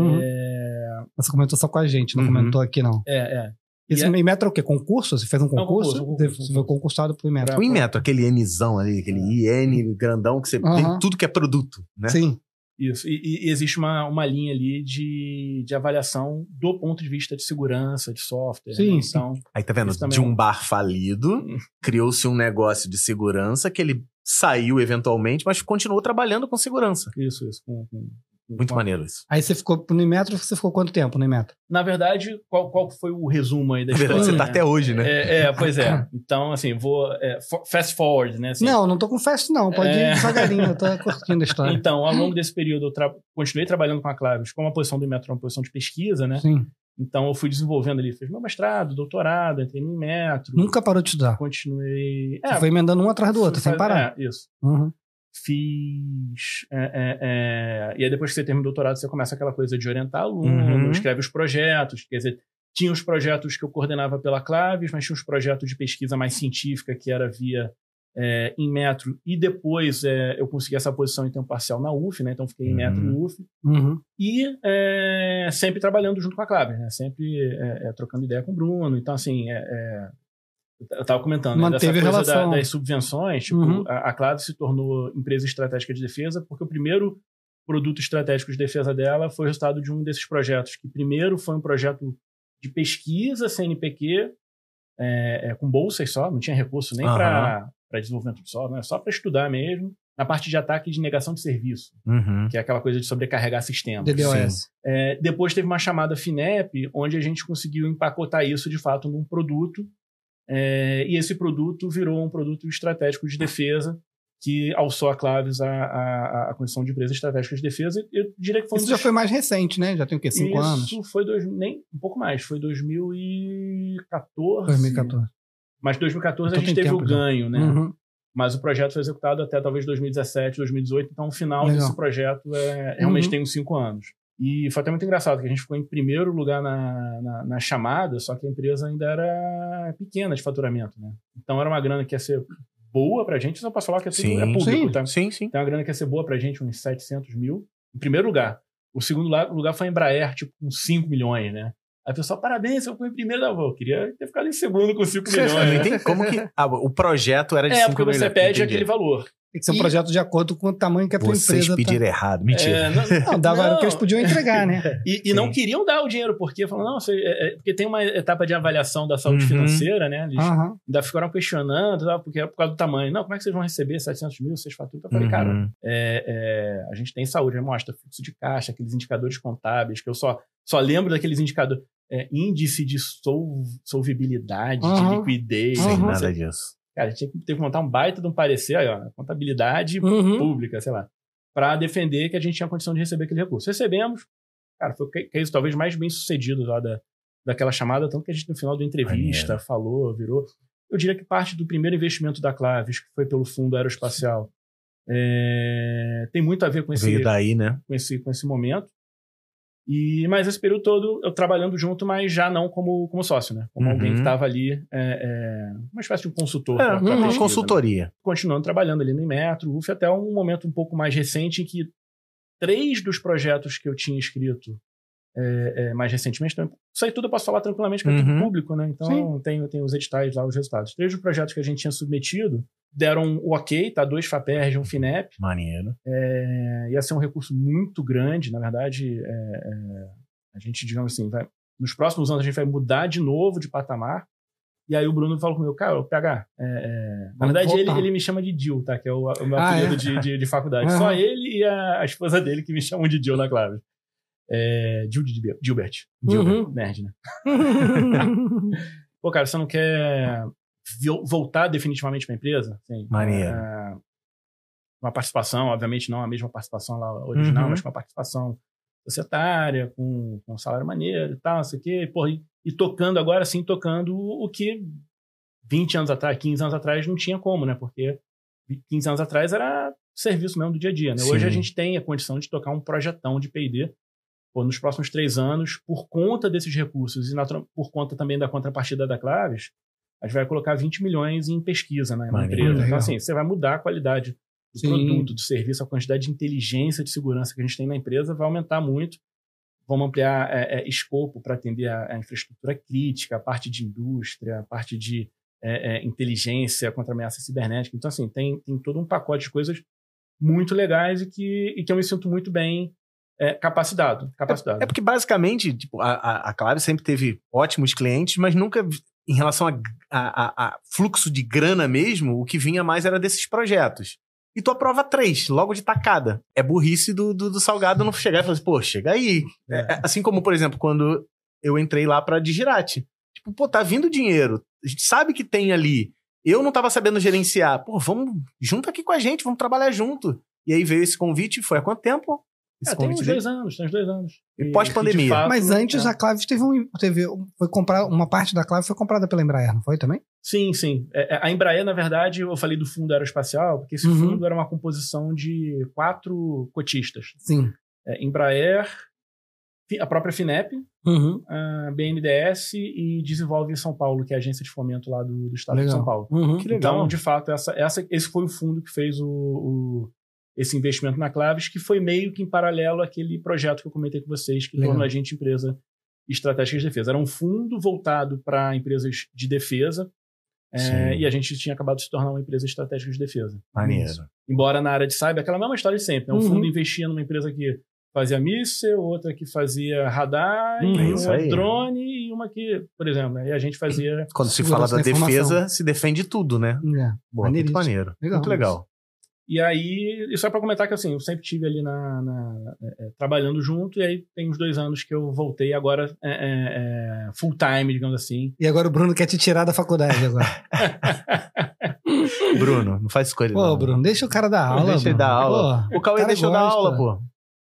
Você comentou só com a gente, não comentou aqui, não. Esse Inmetro é o quê? Concurso? Você fez um concurso? Você foi concursado pro Inmetro. O Inmetro, aquele Nzão ali, aquele IN grandão, que você tem tudo que é produto, né? Sim. Isso. E existe uma linha ali de avaliação do ponto de vista de segurança, de software. Sim, né? Então, aí tá vendo? De um bar falido, criou-se um negócio de segurança que ele saiu eventualmente, mas continuou trabalhando com segurança. Isso. Muito maneiro isso. Aí você ficou no Inmetro, você ficou quanto tempo no Inmetro? Na verdade, qual foi o resumo aí da história? Na verdade, você tá até hoje, né? Pois é. Então, assim, vou fast forward, né? Assim, não tô com fast não, pode ir devagarinho, eu tô curtindo a história. Então, ao longo desse período, eu continuei trabalhando com a Claves, como a posição do Inmetro é uma posição de pesquisa, né? Sim. Então, eu fui desenvolvendo ali, fiz meu mestrado, doutorado, entrei no Inmetro. Nunca parou de estudar? Continuei... Você foi emendando um atrás do outro, sem parar. Isso. Fiz... E aí, depois que você termina o doutorado, você começa aquela coisa de orientar aluno, escreve os projetos. Quer dizer, tinha os projetos que eu coordenava pela Claves, mas tinha os projetos de pesquisa mais científica, que era via Inmetro. E depois eu consegui essa posição em tempo parcial na UF, né? Então, fiquei em Inmetro e UF. E sempre trabalhando junto com a Claves, né? Sempre trocando ideia com o Bruno. Então, assim... eu estava comentando, né, dessa coisa das subvenções, tipo, a Claves se tornou empresa estratégica de defesa porque o primeiro produto estratégico de defesa dela foi o resultado de um desses projetos, que primeiro foi um projeto de pesquisa CNPq, com bolsas só, não tinha recurso nem para desenvolvimento de software, né, só para estudar mesmo, na parte de ataque e de negação de serviço, que é aquela coisa de sobrecarregar sistemas. DDoS. Depois teve uma chamada FINEP, onde a gente conseguiu empacotar isso de fato num produto. E esse produto virou um produto estratégico de defesa que alçou a Claves a condição de empresa estratégica de defesa. Eu diria que foi isso já foi mais recente, né? Já tem o quê? 5 anos? Isso foi nem um pouco mais. Foi 2014. 2014. Mas 2014 então a gente teve o ganho, né? Mas o projeto foi executado até talvez 2017, 2018. Então o final desse projeto realmente tem uns 5 anos. E foi até muito engraçado, que a gente ficou em primeiro lugar na chamada, só que a empresa ainda era pequena de faturamento, né? Então era uma grana que ia ser boa pra gente, não posso falar que é público, tá? Sim. Então uma grana que ia ser boa pra gente, uns 700 mil, em primeiro lugar. O segundo lugar foi a Embraer, tipo, com 5 milhões, né? Aí o pessoal, parabéns, eu fui em primeiro. Eu queria ter ficado em segundo com 5 milhões. Não entendi como que... o projeto era de 5 milhões. Porque você pede aquele valor. Tem que ser um projeto de acordo com o tamanho que a tua empresa... Vocês pediram errado. Mentira. Não, dava o que eles podiam entregar, né? E não queriam dar o dinheiro, porque falaram, não, porque tem uma etapa de avaliação da saúde financeira, né? Eles ainda ficaram questionando, porque é por causa do tamanho. Não, como é que vocês vão receber 700 mil, vocês faturam? Eu falei, cara, a gente tem saúde, mostra fluxo de caixa, aqueles indicadores contábeis, que eu só lembro daqueles indicadores. Índice de solvibilidade, de liquidez. Sem nada disso. Cara, a gente teve que montar um baita de um parecer, aí, ó, contabilidade pública, sei lá, para defender que a gente tinha condição de receber aquele recurso. Recebemos, cara, foi o case talvez mais bem sucedido lá daquela chamada, tanto que a gente no final da entrevista falou, virou. Eu diria que parte do primeiro investimento da Claves, que foi pelo Fundo Aeroespacial, tem muito a ver com esse, veio daí, né? com esse momento. Mas esse período todo eu trabalhando junto, mas já não como sócio, né? Como alguém que estava ali, uma espécie de um consultor. Uma consultoria. Né? Continuando trabalhando ali no Inmetro, UF, até um momento um pouco mais recente em que 3 dos projetos que eu tinha escrito mais recentemente, então, isso aí tudo eu posso falar tranquilamente, porque é tudo público, né? Então tem os editais lá, os resultados. 3 dos projetos que a gente tinha submetido deram o ok, tá? 2 FAPERJ, 1 FINEP. Maneiro. Ia ser um recurso muito grande, na verdade, a gente, digamos assim, nos próximos anos a gente vai mudar de novo de patamar. E aí o Bruno falou comigo, cara, o PH, na verdade ele me chama de Dil, tá? Que é o meu apelido de faculdade. Só ele e a esposa dele que me chamam de Dil na Clave. Gilbert, nerd, né? Pô, cara, você não quer voltar definitivamente para a empresa? Sim. Maneiro. Uma participação, obviamente não a mesma participação lá original, mas com uma participação societária, com um salário maneiro e tal, não sei o quê. Porra, e tocando agora sim, tocando o que 20 anos atrás, 15 anos atrás não tinha como, né? Porque 15 anos atrás era serviço mesmo do dia a dia, né? Hoje a gente tem a condição de tocar um projetão de P&D nos próximos 3 anos, por conta desses recursos e por conta também da contrapartida da Claves, a gente vai colocar 20 milhões em pesquisa na empresa. Então, assim, você vai mudar a qualidade do produto, do serviço, a quantidade de inteligência de segurança que a gente tem na empresa vai aumentar muito. Vamos ampliar escopo para atender a infraestrutura crítica, a parte de indústria, a parte de inteligência contra ameaça cibernética. Então, assim, tem todo um pacote de coisas muito legais e que eu me sinto muito bem capacitado. Porque, basicamente, tipo, a Clave sempre teve ótimos clientes, mas nunca, em relação a fluxo de grana mesmo, o que vinha mais era desses projetos. E tu aprova 3, logo de tacada. É burrice do Salgado não chegar e falar assim, pô, chega aí. Assim como, por exemplo, quando eu entrei lá pra Digirate. Tipo, pô, tá vindo dinheiro. A gente sabe que tem ali. Eu não tava sabendo gerenciar. Pô, vamos junto aqui com a gente, vamos trabalhar junto. E aí veio esse convite, foi há quanto tempo? Tem uns 2 anos. E pós-pandemia. Fato, mas antes a Claves foi comprar, uma parte da Clave foi comprada pela Embraer, não foi também? Sim. A Embraer, na verdade, eu falei do fundo aeroespacial, porque esse fundo era uma composição de 4 cotistas. Sim. Embraer, a própria FINEP, a BNDES e Desenvolve em São Paulo, que é a agência de fomento lá do estado de São Paulo. Que legal. Então, de fato, esse foi o fundo que fez esse investimento na Claves, que foi meio que em paralelo àquele projeto que eu comentei com vocês, que tornou a gente empresa estratégica de defesa. Era um fundo voltado para empresas de defesa, e a gente tinha acabado de se tornar uma empresa estratégica de defesa. Maneiro. Embora na área de cyber, aquela mesma história de sempre, né? Um fundo investia numa empresa que fazia míssil, outra que fazia radar, e drone, e uma que, por exemplo, né? E a gente fazia... Quando se fala da defesa, se defende tudo, né? Boa, muito maneiro. Muito legal. E aí, isso é para comentar que assim, eu sempre estive ali trabalhando junto, e aí tem uns 2 anos que eu voltei agora full time, digamos assim. E agora o Bruno quer te tirar da faculdade agora. Bruno, não faz escolha. Pô, Bruno, deixa o cara dar aula. Deixa ele dar aula. Pô, o Cauê deixou dar aula, pô.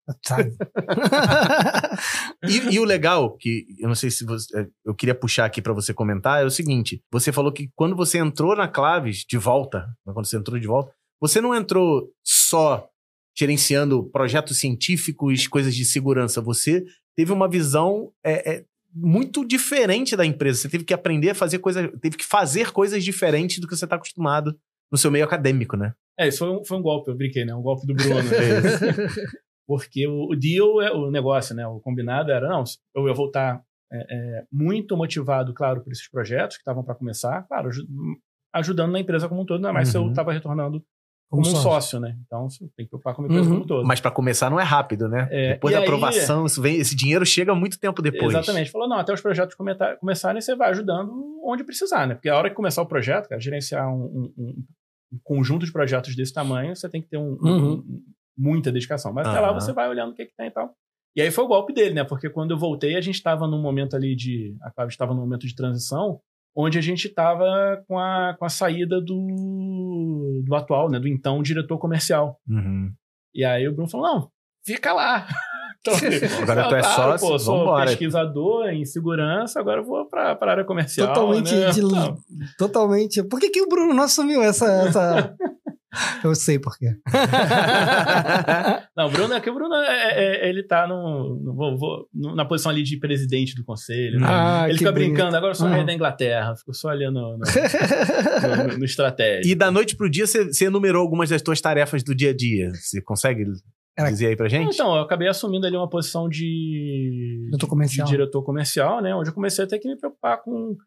E o legal, que eu não sei se eu queria puxar aqui pra você comentar, é o seguinte: você falou que quando você entrou na Claves de volta, você não entrou só gerenciando projetos científicos, coisas de segurança. Você teve uma visão muito diferente da empresa. Você teve que aprender a fazer coisas diferentes do que você está acostumado no seu meio acadêmico, né? Isso foi um golpe, eu brinquei, né? Um golpe do Bruno. Porque o deal, o negócio, né? O combinado era, não, eu ia voltar muito motivado, claro, por esses projetos que estavam para começar, claro, ajudando na empresa como um todo, não é mais se eu estava retornando como um sócio, né? Então, você tem que preocupar com a empresa como um todo. Mas para começar não é rápido, né? Depois da aprovação, esse dinheiro chega muito tempo depois. Exatamente. Falou, não, até os projetos começarem, você vai ajudando onde precisar, né? Porque a hora que começar o projeto, cara, gerenciar um conjunto de projetos desse tamanho, você tem que ter muita dedicação. Mas até lá você vai olhando o que tem e tal. E aí foi o golpe dele, né? Porque quando eu voltei, a gente estava num momento ali a Claves estava num momento de transição, onde a gente estava com a saída do atual, né? Do então diretor comercial. E aí o Bruno falou, não, fica lá. Então, agora tu é sócio, pô, sou pesquisador em segurança, agora eu vou para a área comercial. Totalmente, né? Totalmente. Por que o Bruno não assumiu essa... Eu sei por quê. Não, o Bruno ele tá na posição ali de presidente do conselho. Né? Ele fica brincando, agora eu sou rei da Inglaterra, fico só ali no estratégico. E da noite pro dia, você enumerou algumas das tuas tarefas do dia a dia. Você consegue dizer aí pra gente? Então, eu acabei assumindo ali uma posição de diretor comercial, né? Onde eu comecei a ter que me preocupar com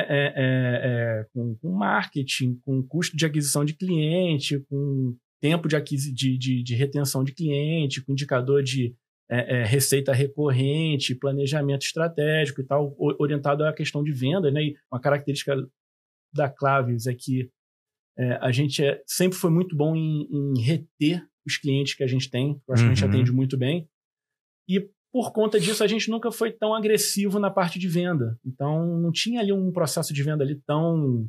marketing, com custo de aquisição de cliente, com tempo de retenção de cliente, com indicador de receita recorrente, planejamento estratégico e tal, orientado à questão de venda, né? E uma característica da Claves é que a gente sempre foi muito bom em reter os clientes que a gente tem. Eu acho que a gente atende muito bem. E por conta disso, a gente nunca foi tão agressivo na parte de venda. Então, não tinha ali um processo de venda ali tão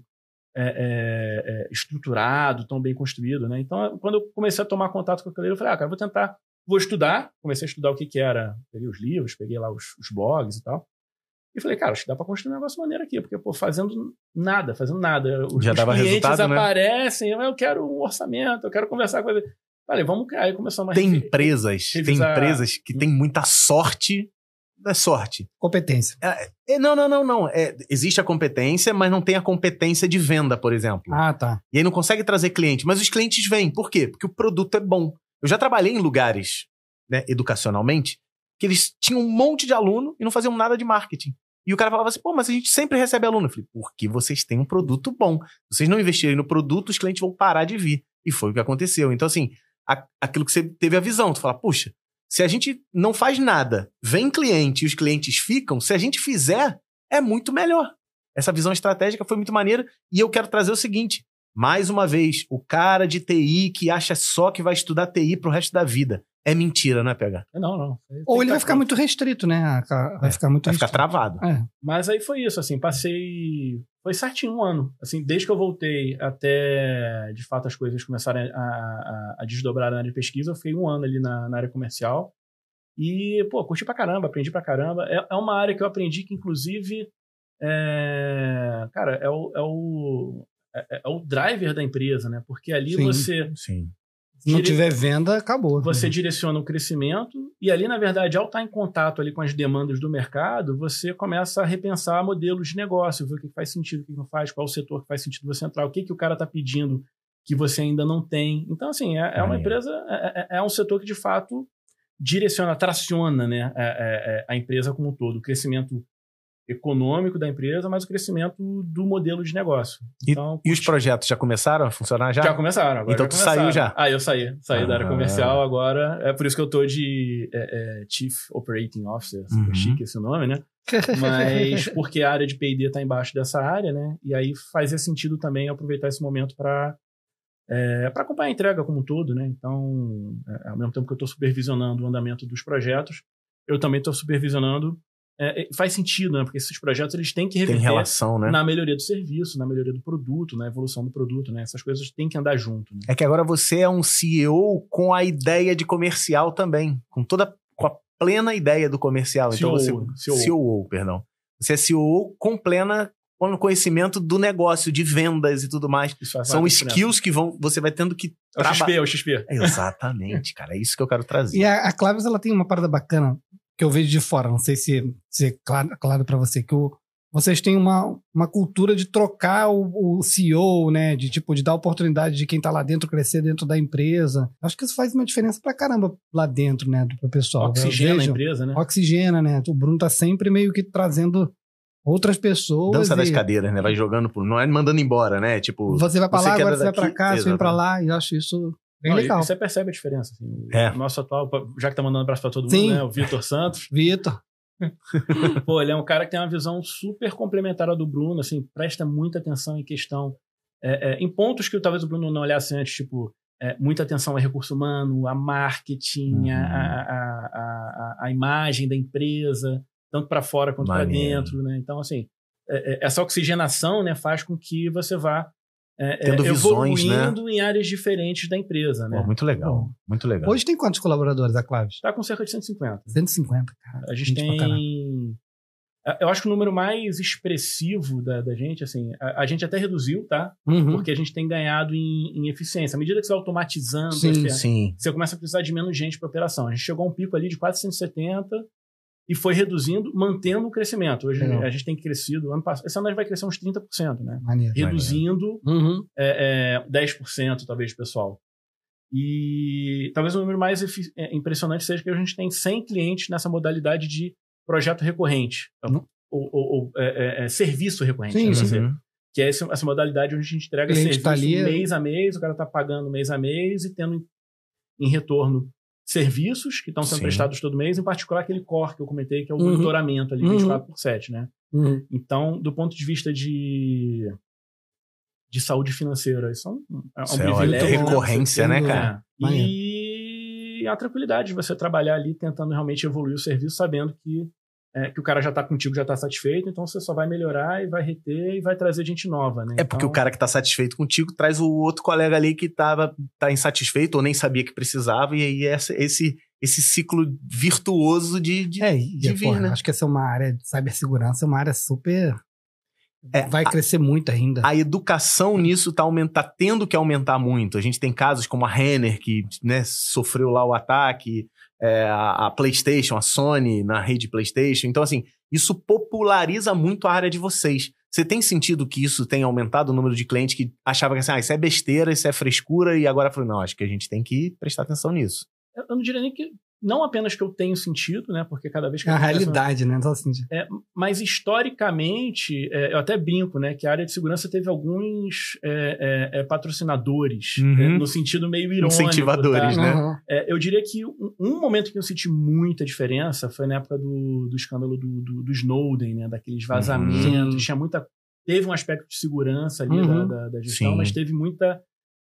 estruturado, tão bem construído, né? Então, quando eu comecei a tomar contato com aquilo, eu falei, cara, vou estudar. Comecei a estudar o que era. Peguei os livros, peguei lá os blogs e tal. E falei, cara, acho que dá pra construir um negócio maneiro aqui, porque, fazendo nada. Os clientes aparecem, né? Eu quero um orçamento, eu quero conversar com ele. Falei, vamos criar. Aí começamos a Tem empresas que têm muita sorte. Não é sorte. Competência. Não. Existe a competência, mas não tem a competência de venda, por exemplo. Ah, tá. E aí não consegue trazer cliente. Mas os clientes vêm. Por quê? Porque o produto é bom. Eu já trabalhei em lugares, né, educacionalmente, que eles tinham um monte de aluno e não faziam nada de marketing. E o cara falava assim, mas a gente sempre recebe aluno. Eu falei, porque vocês têm um produto bom. Se vocês não investirem no produto, os clientes vão parar de vir. E foi o que aconteceu. Então, assim, aquilo que você teve a visão, tu fala, puxa, se a gente não faz nada, vem cliente e os clientes ficam, se a gente fizer, é muito melhor. Essa visão estratégica foi muito maneira. E eu quero trazer o seguinte, mais uma vez, o cara de TI que acha só que vai estudar TI pro resto da vida. É mentira, né, PH? Não. Ou ele vai ficar muito restrito, né? Vai ficar travado. Mas aí foi isso, assim, foi certinho um ano. Assim, desde que eu voltei até, de fato, as coisas começarem a desdobrar na área de pesquisa, eu fiquei um ano ali na área comercial. E, curti pra caramba, aprendi pra caramba. É uma área que eu aprendi que, inclusive, cara, é o driver da empresa, né? Porque ali Sim. Se não tiver venda, acabou. Você direciona o crescimento e ali, na verdade, ao estar em contato ali com as demandas do mercado, você começa a repensar modelos de negócio, ver o que faz sentido, o que não faz, qual o setor que faz sentido você entrar, o que o cara está pedindo que você ainda não tem. Então, assim, é uma empresa, é um setor que, de fato, direciona, traciona, né, a empresa como um todo. O crescimento econômico da empresa, mas o crescimento do modelo de negócio. Então, e os projetos já começaram a funcionar já? Já começaram. Agora então tu saiu já? Eu saí da área comercial agora. É por isso que eu tô de Chief Operating Officer, super chique esse nome, né? Mas porque a área de P&D está embaixo dessa área, né? E aí fazia sentido também aproveitar esse momento para acompanhar a entrega como um todo, né? Então, ao mesmo tempo que eu estou supervisionando o andamento dos projetos, eu também estou supervisionando. Faz sentido, né? Porque esses projetos eles têm que reverter relação, né? Na melhoria do serviço, na melhoria do produto, na evolução do produto, né? Essas coisas têm que andar junto. Né? É que agora você é um CEO com a ideia de comercial também, com a plena ideia do comercial. Então CEO, perdão. Você é CEO com conhecimento do negócio, de vendas e tudo mais. São skills que você vai tendo que trabalhar. É o XP. Exatamente, cara. É isso que eu quero trazer. E a Claves, ela tem uma parada bacana que eu vejo de fora, não sei se é claro para você, que vocês têm uma cultura de trocar o CEO, né? De dar oportunidade de quem tá lá dentro crescer dentro da empresa. Acho que isso faz uma diferença pra caramba lá dentro, né? Pro pessoal. Oxigena a empresa, né? Oxigena, né? O Bruno tá sempre meio que trazendo outras pessoas. Dança das cadeiras, né? Vai jogando, não é mandando embora, né? Tipo, você vai pra lá, agora você vai pra cá, você vem pra lá. E eu acho isso bem legal. E você percebe a diferença. Assim, o nosso atual, já que tá mandando abraço pra todo mundo, Sim. né? O Vitor Santos. Vitor. Pô, ele é um cara que tem uma visão super complementar à do Bruno, assim, presta muita atenção em questão, em pontos que talvez o Bruno não olhasse antes, tipo, muita atenção ao recurso humano, a marketing, a imagem da empresa, tanto para fora quanto para dentro, né? Então, assim, essa oxigenação, né, faz com que você vá tendo visões, evoluindo, né? em áreas diferentes da empresa, né? Pô, muito legal, muito legal. Hoje tem quantos colaboradores a Claves? Tá com cerca de 150. 150, cara. A gente tem... Eu acho que o número mais expressivo da gente, assim, a gente até reduziu, tá? Uhum. Porque a gente tem ganhado em eficiência. À medida que você vai automatizando, sim. você começa a precisar de menos gente para operação. A gente chegou a um pico ali de quase 170 e foi reduzindo, mantendo o crescimento. Hoje a gente tem crescido. Esse ano a gente vai crescer uns 30%, né? Maneiro. Reduzindo 10%, talvez, pessoal. E talvez o número mais impressionante seja que a gente tem 100 clientes nessa modalidade de projeto recorrente, ou serviço recorrente, que é essa modalidade onde a gente entrega serviço mês a mês, o cara está pagando mês a mês e tendo em retorno serviços que estão sendo prestados todo mês, em particular aquele core que eu comentei, que é o monitoramento ali 24/7, né? Então, do ponto de vista de saúde financeira, isso é um privilégio. Recorrência, né, cara? E a tranquilidade de você trabalhar ali tentando realmente evoluir o serviço, sabendo que o cara já está contigo, já está satisfeito, então você só vai melhorar e vai reter e vai trazer gente nova, né? Porque o cara que está satisfeito contigo traz o outro colega ali que tá insatisfeito ou nem sabia que precisava, e aí esse ciclo virtuoso de vir, né? Acho que essa é uma área de cibersegurança, é uma área super... vai crescer muito ainda. A educação nisso tá tendo que aumentar muito. A gente tem casos como a Renner, que, né, sofreu lá o ataque, a PlayStation, a Sony na rede PlayStation. Então, assim, isso populariza muito a área de vocês. Você tem sentido que isso tem aumentado o número de clientes que achavam que assim, isso é besteira, isso é frescura, e agora falou, não, acho que a gente tem que prestar atenção nisso. Eu não diria nem que... Não apenas que eu tenho sentido, né? Porque cada vez que... É a realidade, né? Mas historicamente, eu até brinco, né? Que a área de segurança teve alguns patrocinadores, no sentido meio irônico. Incentivadores, tá? né? Eu diria que um momento que eu senti muita diferença foi na época do escândalo do Snowden, né? Daqueles vazamentos. Teve um aspecto de segurança ali da gestão, mas teve muita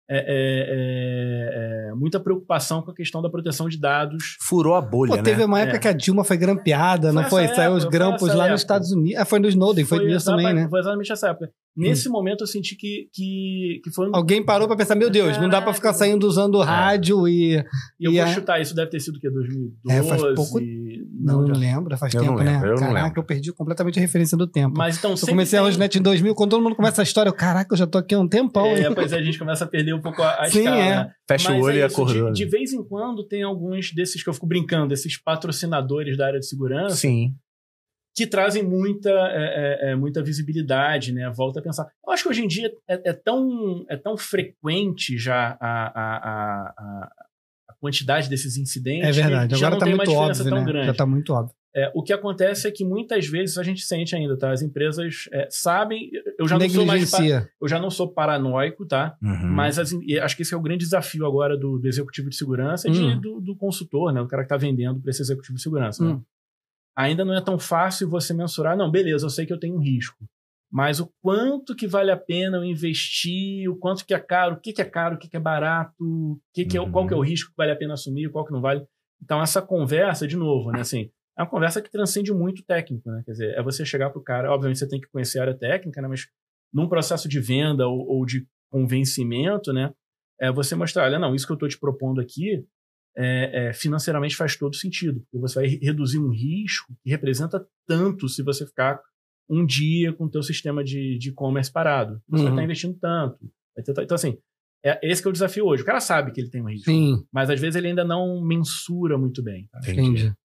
preocupação com a questão da proteção de dados. Furou a bolha, né? Teve uma época que a Dilma foi grampeada, não foi? Saiu os grampos lá nos Estados Unidos. Foi no Snowden, foi nisso também, né? Foi exatamente essa época. Nesse momento eu senti que foi... Alguém parou pra pensar, meu Deus, não dá pra ficar saindo usando rádio e... eu vou chutar, isso deve ter sido o quê? 2012? Faz pouco... Não lembro, faz tempo, né? Caraca, eu perdi completamente a referência do tempo. Mas então, eu comecei a Rosnet em 2000, quando todo mundo começa a história, caraca, eu já tô aqui há um tempão. Pois a gente começa a perder um pouco a Sim, escala, né? Fecha o olho e acordou. De vez em quando tem alguns desses que eu fico brincando, esses patrocinadores da área de segurança. Sim. Que trazem muita visibilidade, né? Volta a pensar. Eu acho que hoje em dia é tão frequente já a quantidade desses incidentes. É verdade, agora está muito óbvio, né? Grande. Já está muito óbvio. O que acontece é que muitas vezes a gente sente ainda, tá? As empresas sabem... Eu já não sou paranoico, tá? Mas acho que esse é o grande desafio agora do executivo de segurança e do consultor, né? O cara que está vendendo para esse executivo de segurança, né? Ainda não é tão fácil você mensurar, não, beleza, eu sei que eu tenho um risco, mas o quanto que vale a pena eu investir, o quanto que é caro, o que é caro, o que é barato, qual que é o risco que vale a pena assumir, qual que não vale. Então, essa conversa, de novo, né, assim, é uma conversa que transcende muito técnico, né, quer dizer, é você chegar pro cara, obviamente você tem que conhecer a área técnica, né, mas num processo de venda ou de convencimento, né, é você mostrar, olha, não, isso que eu estou te propondo aqui, financeiramente faz todo sentido, porque você vai reduzir um risco que representa tanto se você ficar um dia com o teu sistema de e-commerce parado. Você vai estar investindo tanto. Então, assim, esse que é o desafio hoje. O cara sabe que ele tem um risco, mas às vezes ele ainda não mensura muito bem. Tá? Entendi.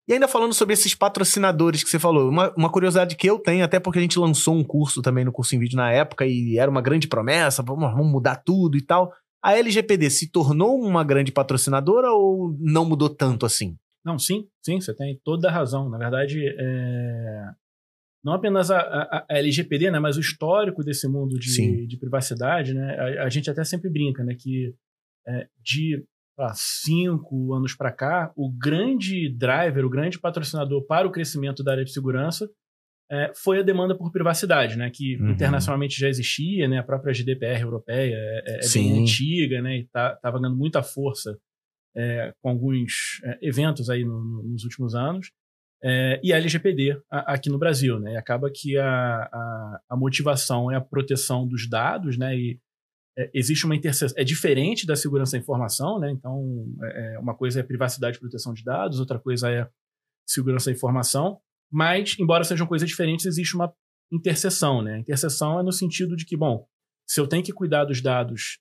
E ainda falando sobre esses patrocinadores que você falou, uma curiosidade que eu tenho, até porque a gente lançou um curso também no Curso em Vídeo na época e era uma grande promessa, vamos mudar tudo e tal. A LGPD se tornou uma grande patrocinadora ou não mudou tanto assim? Não, sim, você tem toda a razão. Na verdade, não apenas a LGPD, né, mas o histórico desse mundo de privacidade, né, a gente até sempre brinca, né, que de 5 anos para cá, o grande driver, o grande patrocinador para o crescimento da área de segurança foi a demanda por privacidade, né, que internacionalmente já existia, né, a própria GDPR europeia é bem antiga, né, e estava ganhando muita força com alguns eventos aí nos últimos anos, e a LGPD aqui no Brasil, né, e acaba que a motivação é a proteção dos dados, né, e existe uma interseção, é diferente da segurança da informação, né? Então, uma coisa é privacidade e proteção de dados, outra coisa é segurança da informação, mas, embora sejam coisas diferentes, existe uma interseção, né? A interseção é no sentido de que, bom, se eu tenho que cuidar dos dados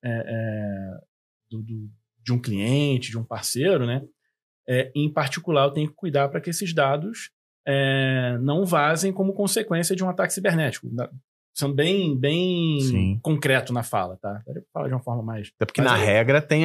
de um cliente, de um parceiro, né? Em particular, eu tenho que cuidar para que esses dados não vazem como consequência de um ataque cibernético. Sendo bem concreto na fala, tá? Quero falar de uma forma mais... Até porque na regra tem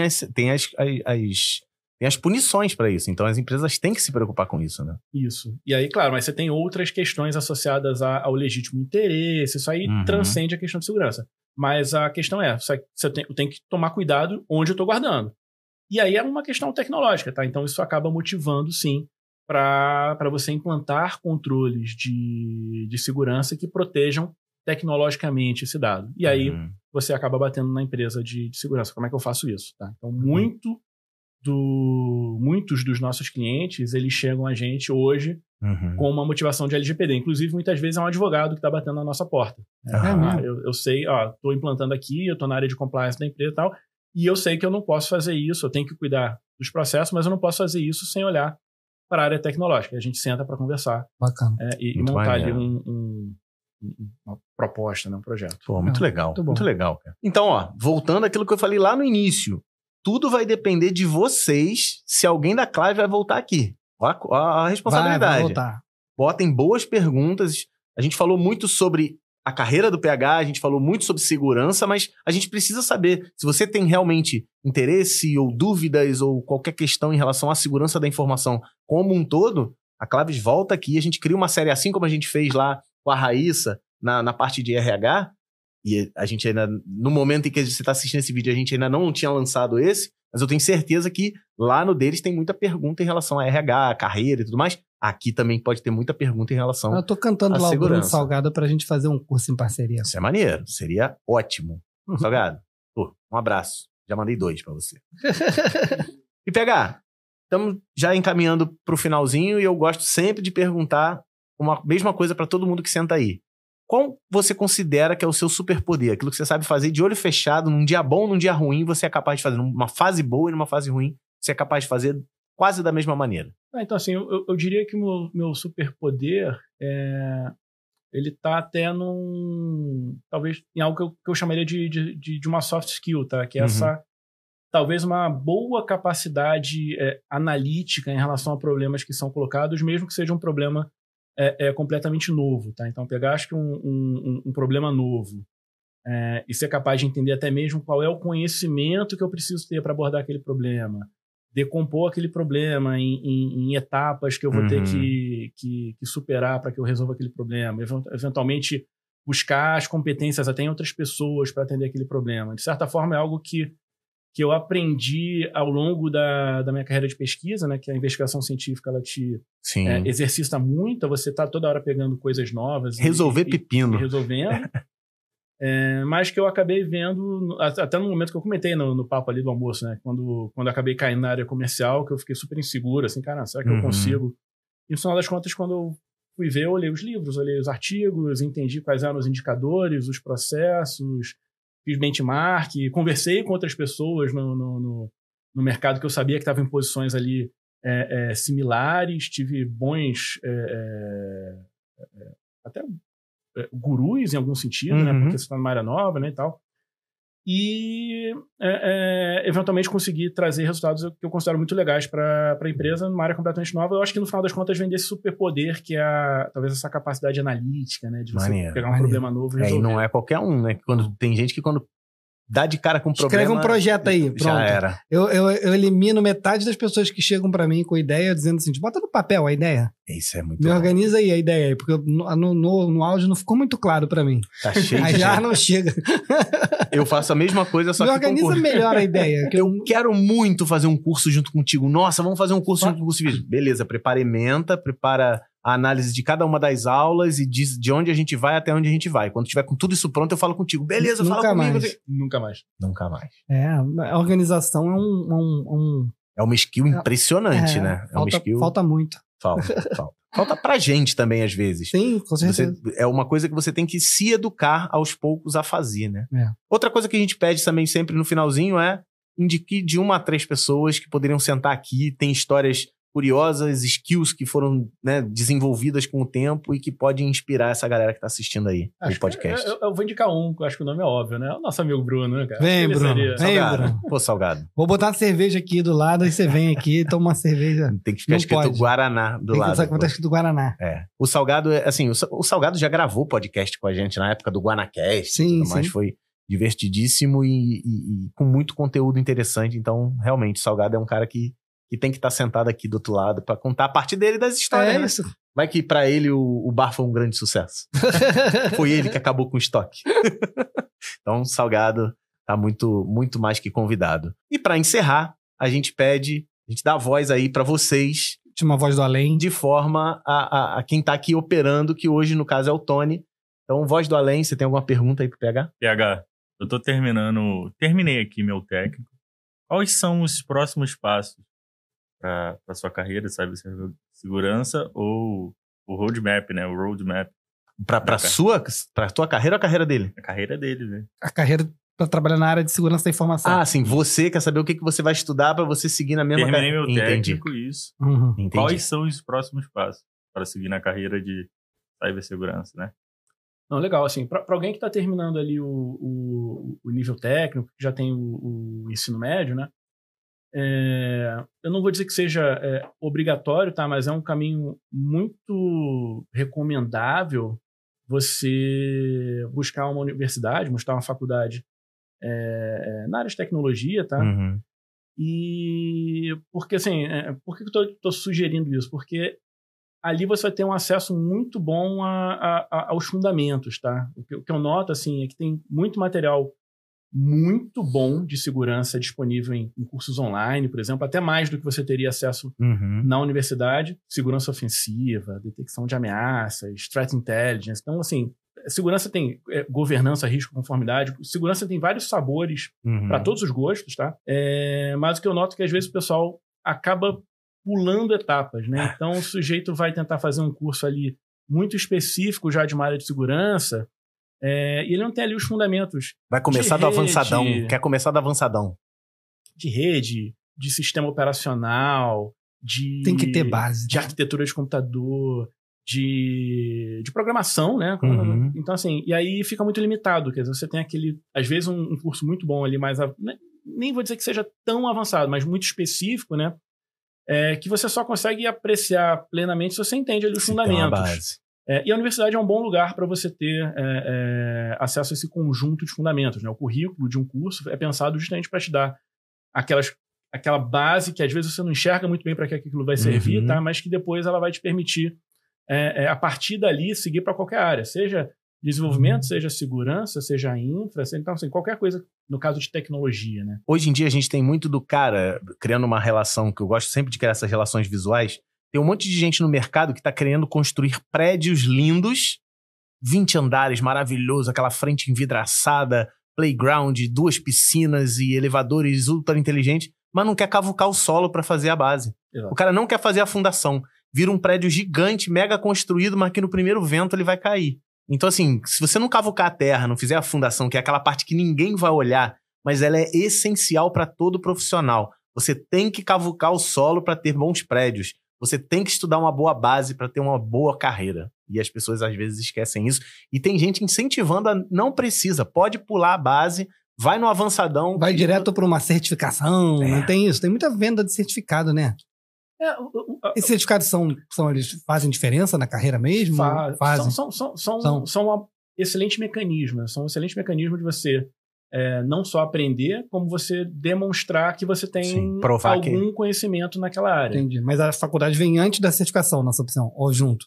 as punições para isso. Então as empresas têm que se preocupar com isso, né? Isso. E aí, claro, mas você tem outras questões associadas ao legítimo interesse. Isso aí transcende a questão de segurança. Mas a questão eu tenho que tomar cuidado onde eu estou guardando. E aí é uma questão tecnológica, tá? Então isso acaba motivando, sim, para você implantar controles de segurança que protejam tecnologicamente esse dado. E aí você acaba batendo na empresa de segurança. Como é que eu faço isso? Tá? Então, muitos dos nossos clientes, eles chegam a gente hoje com uma motivação de LGPD. Inclusive, muitas vezes é um advogado que está batendo na nossa porta. Eu sei, estou implantando aqui, eu estou na área de compliance da empresa e tal, e eu sei que eu não posso fazer isso, eu tenho que cuidar dos processos, mas eu não posso fazer isso sem olhar para a área tecnológica. A gente senta para conversar e montar ali uma proposta, né, um projeto. Pô, muito legal, muito legal, cara. Então, voltando àquilo que eu falei lá no início, tudo vai depender de vocês se alguém da Clave vai voltar aqui. A responsabilidade. Vai voltar. Botem boas perguntas. A gente falou muito sobre a carreira do PH, a gente falou muito sobre segurança, mas a gente precisa saber se você tem realmente interesse ou dúvidas ou qualquer questão em relação à segurança da informação como um todo, a Claves volta aqui, a gente cria uma série assim como a gente fez lá com a Raíssa na parte de RH, e a gente ainda, no momento em que você está assistindo esse vídeo, a gente ainda não tinha lançado esse, mas eu tenho certeza que lá no deles tem muita pergunta em relação a RH, carreira e tudo mais. Aqui também pode ter muita pergunta em relação à segurança. Eu tô cantando lá o Bruno Salgado pra gente fazer um curso em parceria. Isso é maneiro, seria ótimo. Salgado, um abraço. Já mandei 2 pra você. E PH, estamos já encaminhando pro finalzinho e eu gosto sempre de perguntar uma mesma coisa pra todo mundo que senta aí. Qual você considera que é o seu superpoder? Aquilo que você sabe fazer de olho fechado, num dia bom, num dia ruim, você é capaz de fazer. Numa fase boa e numa fase ruim, você é capaz de fazer quase da mesma maneira. Então, assim, eu diria que o meu superpoder ele tá até talvez em algo que eu chamaria de uma soft skill, tá? Que é talvez uma boa capacidade analítica em relação a problemas que são colocados, mesmo que seja um problema completamente novo, tá? Então, pegar, acho que um problema novo e ser capaz de entender até mesmo qual é o conhecimento que eu preciso ter para abordar aquele problema, decompor aquele problema em etapas que eu vou ter que superar para que eu resolva aquele problema, eventualmente buscar as competências até em outras pessoas para atender aquele problema. De certa forma, é algo que eu aprendi ao longo da minha carreira de pesquisa, né, que a investigação científica ela te exercita muito, você está toda hora pegando coisas novas. Resolver pepino. E resolvendo. Mas que eu acabei vendo, até no momento que eu comentei no papo ali do almoço, né, quando eu acabei caindo na área comercial, que eu fiquei super inseguro, assim, cara, será que eu consigo? E no final das contas, quando eu fui ver, eu olhei os livros, olhei os artigos, entendi quais eram os indicadores, os processos, fiz benchmark, conversei com outras pessoas no mercado que eu sabia que estava em posições ali similares, tive bons até gurus em algum sentido, né, porque você está numa área nova, né, e tal. e eventualmente conseguir trazer resultados que eu considero muito legais para a empresa numa área completamente nova. Eu acho que no final das contas vender esse superpoder que é talvez essa capacidade analítica, né, de você pegar um problema novo e resolver. E não é qualquer um, né? Tem gente que quando dá de cara com um problema... Escreve um projeto aí, pronto. Já era. Eu elimino metade das pessoas que chegam pra mim com ideia, dizendo assim, bota no papel a ideia. Isso é muito Me bom. organiza aí a ideia aí, porque no áudio não ficou muito claro pra mim. Tá cheio aí de já gente. não chega. Eu faço a mesma coisa, só Me que organiza melhor a ideia. Eu quero muito fazer um curso junto contigo. Nossa, vamos fazer um curso junto com o vídeo. Beleza, prepara ementa, prepara a análise de cada uma das aulas e diz de onde a gente vai até onde a gente vai. Quando tiver com tudo isso pronto, eu falo contigo. Beleza, Nunca fala comigo. mais. Nunca mais. Nunca mais. A organização é É uma skill impressionante, né? É uma skill... Falta muito. Falta pra gente também, às vezes. Sim, com certeza. É uma coisa que você tem que se educar aos poucos a fazer, né? Outra coisa que a gente pede também sempre no finalzinho é indique de 1 a 3 pessoas que poderiam sentar aqui, tem histórias curiosas, skills que foram, né, desenvolvidas com o tempo e que podem inspirar essa galera que tá assistindo aí no podcast. Eu vou indicar acho que o nome é óbvio, né? O nosso amigo Bruno, né, cara? Vem, Bruno. Salgado. Pô, Salgado. Vou botar uma cerveja aqui do lado e você vem aqui e toma uma cerveja. Tem que ficar escrito Guaraná do lado. Tem que estar escrito Guaraná. O Salgado, assim, o Salgado já gravou podcast com a gente na época do Guanacast. Sim, mas foi divertidíssimo e com muito conteúdo interessante. Então, realmente, o Salgado é um cara que tem que estar sentado aqui do outro lado pra contar a parte dele das histórias. É isso. Vai que pra ele o bar foi um grande sucesso. Foi ele que acabou com o estoque. Então, o Salgado tá muito, muito mais que convidado. E pra encerrar, a gente dá a voz aí pra vocês. Tinha uma voz do além. De forma a quem tá aqui operando, que hoje, no caso, é o Tony. Então, voz do além, você tem alguma pergunta aí pro PH? PH, eu tô terminei aqui meu técnico. Quais são os próximos passos para sua carreira, sabe? Segurança ou o roadmap, né? O roadmap. Pra tua carreira ou a carreira dele? A carreira dele, né? A carreira pra trabalhar na área de segurança da informação. Ah, sim. Você quer saber o que você vai estudar pra você seguir na mesma carreira? Terminei meu técnico, isso. Entendi. Quais são os próximos passos para seguir na carreira de cibersegurança, né? Não, legal, assim, para alguém que está terminando ali o nível técnico, que já tem o ensino médio, né? Eu não vou dizer que seja obrigatório, tá? Mas é um caminho muito recomendável você buscar uma universidade, buscar uma faculdade na área de tecnologia, tá? Uhum. E porque, assim, por que eu tô sugerindo isso? Porque ali você vai ter um acesso muito bom aos fundamentos, tá? O que eu noto, assim, é que tem muito material muito bom de segurança disponível em cursos online, por exemplo, até mais do que você teria acesso na universidade. Segurança ofensiva, detecção de ameaças, threat intelligence. Então, assim, segurança tem governança, risco, conformidade. Segurança tem vários sabores para todos os gostos, tá? Mas o que eu noto é que, às vezes, o pessoal acaba pulando etapas, né? Então, o sujeito vai tentar fazer um curso ali muito específico já de uma área de segurança, e ele não tem ali os fundamentos. Vai começar do avançadão. Quer começar do avançadão. De rede, de sistema operacional, tem que ter base. De arquitetura de computador, de programação, né? Então, assim, e aí fica muito limitado. Quer dizer, você tem às vezes, um curso muito bom ali, mas nem vou dizer que seja tão avançado, mas muito específico, né? Que você só consegue apreciar plenamente se você entende ali os fundamentos. E a universidade é um bom lugar para você ter acesso a esse conjunto de fundamentos, né? O currículo de um curso é pensado justamente para te dar aquela base que às vezes você não enxerga muito bem para que aquilo vai servir, tá? Mas que depois ela vai te permitir, a partir dali, seguir para qualquer área, seja desenvolvimento, seja segurança, seja infra, então, assim, qualquer coisa, no caso de tecnologia, né? Hoje em dia a gente tem muito do cara criando uma relação, que eu gosto sempre de criar essas relações visuais. Tem um monte de gente no mercado que está querendo construir prédios lindos, 20 andares, maravilhoso, aquela frente envidraçada, playground, 2 piscinas e elevadores ultra inteligentes, mas não quer cavucar o solo para fazer a base. Exato. O cara não quer fazer a fundação. Vira um prédio gigante, mega construído, mas que no primeiro vento ele vai cair. Então, assim, se você não cavucar a terra, não fizer a fundação, que é aquela parte que ninguém vai olhar, mas ela é essencial para todo profissional. Você tem que cavucar o solo para ter bons prédios. Você tem que estudar uma boa base para ter uma boa carreira. E as pessoas, às vezes, esquecem isso. E tem gente incentivando não precisa, pode pular a base, vai no avançadão. Vai direto para uma certificação, não tem isso? Tem muita venda de certificado, né? Esses certificados eles fazem diferença na carreira mesmo? Fazem. São um excelente mecanismo. Né? São um excelente mecanismo de você não só aprender, como você demonstrar que você tem algum conhecimento naquela área. Entendi. Mas a faculdade vem antes da certificação, nossa opção, ou junto?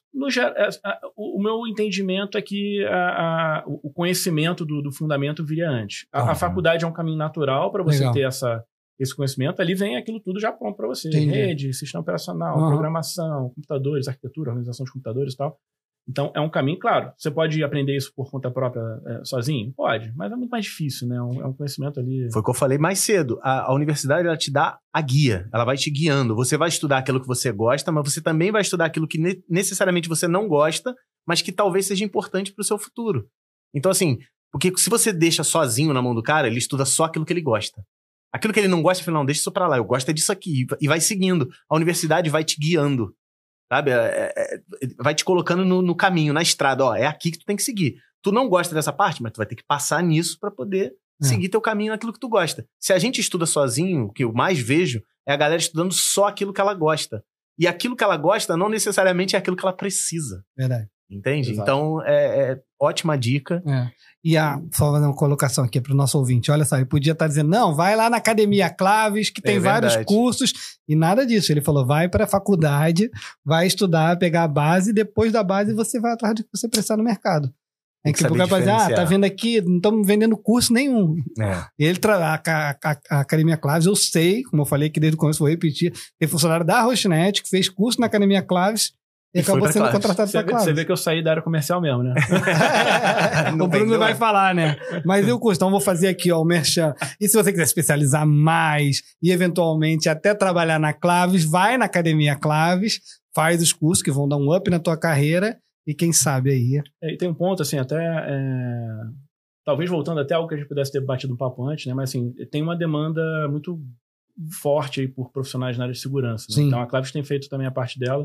O meu entendimento é que o conhecimento do fundamento viria antes. A faculdade é um caminho natural para você ter esse conhecimento. Ali vem aquilo tudo já pronto para você. Entendi. Rede, sistema operacional, programação, computadores, arquitetura, organização de computadores e tal. Então, é um caminho, claro. Você pode aprender isso por conta própria sozinho? Pode, mas é muito mais difícil, né? É um conhecimento ali... Foi o que eu falei mais cedo. A universidade, ela te dá a guia. Ela vai te guiando. Você vai estudar aquilo que você gosta, mas você também vai estudar aquilo que necessariamente você não gosta, mas que talvez seja importante para o seu futuro. Então, assim, porque se você deixa sozinho na mão do cara, ele estuda só aquilo que ele gosta. Aquilo que ele não gosta, ele fala, não, deixa isso pra lá. Eu gosto disso aqui. E vai seguindo. A universidade vai te guiando. Sabe? Vai te colocando no caminho, na estrada. Ó, é aqui que tu tem que seguir. Tu não gosta dessa parte, mas tu vai ter que passar nisso pra poder seguir teu caminho naquilo que tu gosta. Se a gente estuda sozinho, o que eu mais vejo é a galera estudando só aquilo que ela gosta. E aquilo que ela gosta não necessariamente é aquilo que ela precisa. Verdade. Entende? Exato. Então, ótima dica. E só fazer uma colocação aqui para o nosso ouvinte. Olha só, ele podia estar dizendo, não, vai lá na Academia Claves, que tem vários cursos, e nada disso. Ele falou, vai para a faculdade, vai estudar, pegar a base, e depois da base você vai atrás do que você precisar no mercado. É que o cara vai dizer, tá vendo aqui, não estamos vendendo curso nenhum. E ele a Academia Claves, eu sei, como eu falei aqui desde o começo, vou repetir, tem funcionário da Rochinet que fez curso na Academia Claves, e acabou sendo contratado pra Claves. Você vê que eu saí da área comercial mesmo, né? O Bruno vai falar, né? Mas eu curso, então vou fazer aqui, ó, o merchan. E se você quiser especializar mais e eventualmente até trabalhar na Claves, vai na Academia Claves, faz os cursos que vão dar um up na tua carreira e quem sabe aí. E tem um ponto, assim, até... talvez voltando até algo que a gente pudesse ter batido um papo antes, né? Mas, assim, tem uma demanda muito forte aí por profissionais na área de segurança. Né? Então, a Claves tem feito também a parte dela.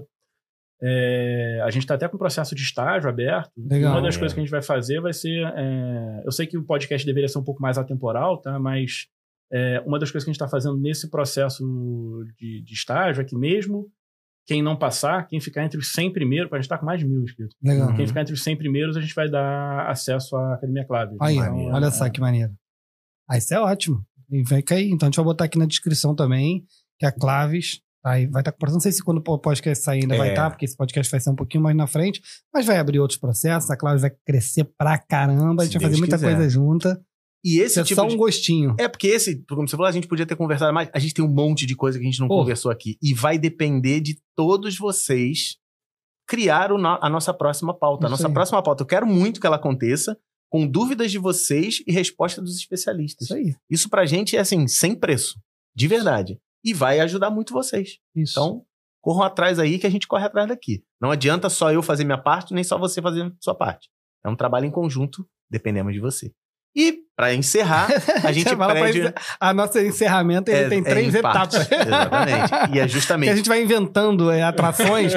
A gente está até com um processo de estágio aberto. Legal. Uma das coisas que a gente vai fazer vai ser... eu sei que o podcast deveria ser um pouco mais atemporal, tá? Mas uma das coisas que a gente está fazendo nesse processo de estágio é que mesmo quem não passar, quem ficar entre os 100 primeiros, a gente está com mais de 1.000 inscritos. Legal. Quem ficar entre os 100 primeiros, a gente vai dar acesso à Academia Claves. Aí, então, olha só que maneiro. Isso é ótimo. E vai cair. Então a gente vai botar aqui na descrição também que a Claves... Aí vai estar com... Não sei se quando o podcast sair ainda vai estar, porque esse podcast vai ser um pouquinho mais na frente, mas vai abrir outros processos, a Claves vai crescer pra caramba, a gente vai fazer muita coisa junta. E esse é só um gostinho. Porque como você falou, a gente podia ter conversado mais, a gente tem um monte de coisa que a gente não conversou aqui, e vai depender de todos vocês criar a nossa próxima pauta. A nossa próxima pauta, eu quero muito que ela aconteça, com dúvidas de vocês e resposta dos especialistas. Isso aí. Isso pra gente é assim, sem preço, de verdade. E vai ajudar muito vocês. Isso. Então, corram atrás aí que a gente corre atrás daqui. Não adianta só eu fazer minha parte, nem só você fazer a sua parte. É um trabalho em conjunto, dependemos de você. E, para encerrar, a gente pede... A nossa encerramento tem 3 etapas. Exatamente. E é justamente... Que a gente vai inventando atrações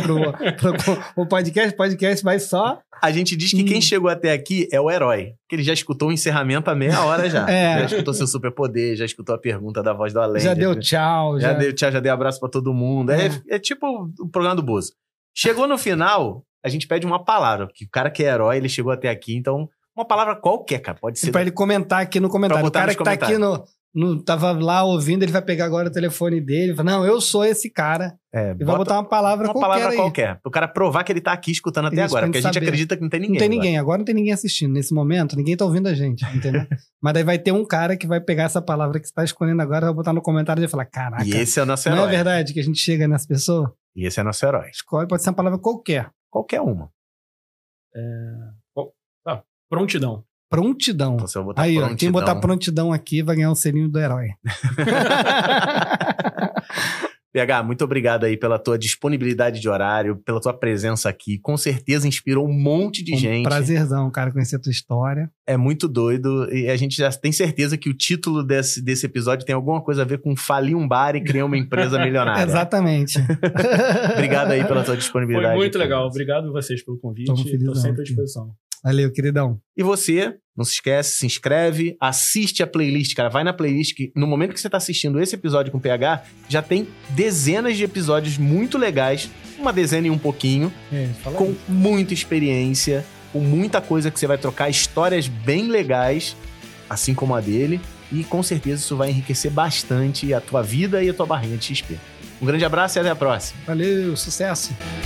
pro podcast. O podcast vai só... A gente diz que quem chegou até aqui é o herói. Que ele já escutou o encerramento há meia hora já. Já escutou seu superpoder, já escutou a pergunta da voz do além. Já deu tchau. Já deu tchau, já deu abraço pra todo mundo. É tipo o programa do Bozo. Chegou no final, a gente pede uma palavra. Porque o cara que é herói, ele chegou até aqui, então... Uma palavra qualquer, cara. Pode ser... Pra ele comentar aqui no comentário. O cara que tá aqui tava lá ouvindo, ele vai pegar agora o telefone dele e falar, não, eu sou esse cara. E vai botar uma palavra qualquer. Uma palavra qualquer. Pro cara provar que ele tá aqui escutando até agora. Porque a gente acredita que não tem ninguém. Não tem ninguém. Agora não tem ninguém assistindo. Nesse momento, ninguém tá ouvindo a gente. Entendeu? Mas daí vai ter um cara que vai pegar essa palavra que você tá escolhendo agora, vai botar no comentário e vai falar, caraca. E esse é o nosso herói. Não é verdade que a gente chega nessa pessoa? E esse é o nosso herói. Escolhe, pode ser uma palavra qualquer. Qualquer uma. Prontidão. Prontidão. Então, se eu botar aí, prontidão... quem botar prontidão aqui vai ganhar um selinho do herói. PH, muito obrigado aí pela tua disponibilidade de horário, pela tua presença aqui. Com certeza inspirou um monte de gente. Prazerzão, cara, conhecer a tua história. É muito doido e a gente já tem certeza que o título desse episódio tem alguma coisa a ver com falir um bar e criar uma empresa milionária. Exatamente. Obrigado aí pela tua disponibilidade. Foi muito legal. Obrigado a vocês pelo convite. Estou sempre à disposição. Valeu, queridão. E você, não se esquece, se inscreve, assiste a playlist, cara. Vai na playlist que no momento que você tá assistindo esse episódio com o PH, já tem dezenas de episódios muito legais, uma dezena e um pouquinho, com muita experiência, com muita coisa que você vai trocar, histórias bem legais, assim como a dele. E com certeza isso vai enriquecer bastante a tua vida e a tua barrinha de XP. Um grande abraço e até a próxima. Valeu, sucesso!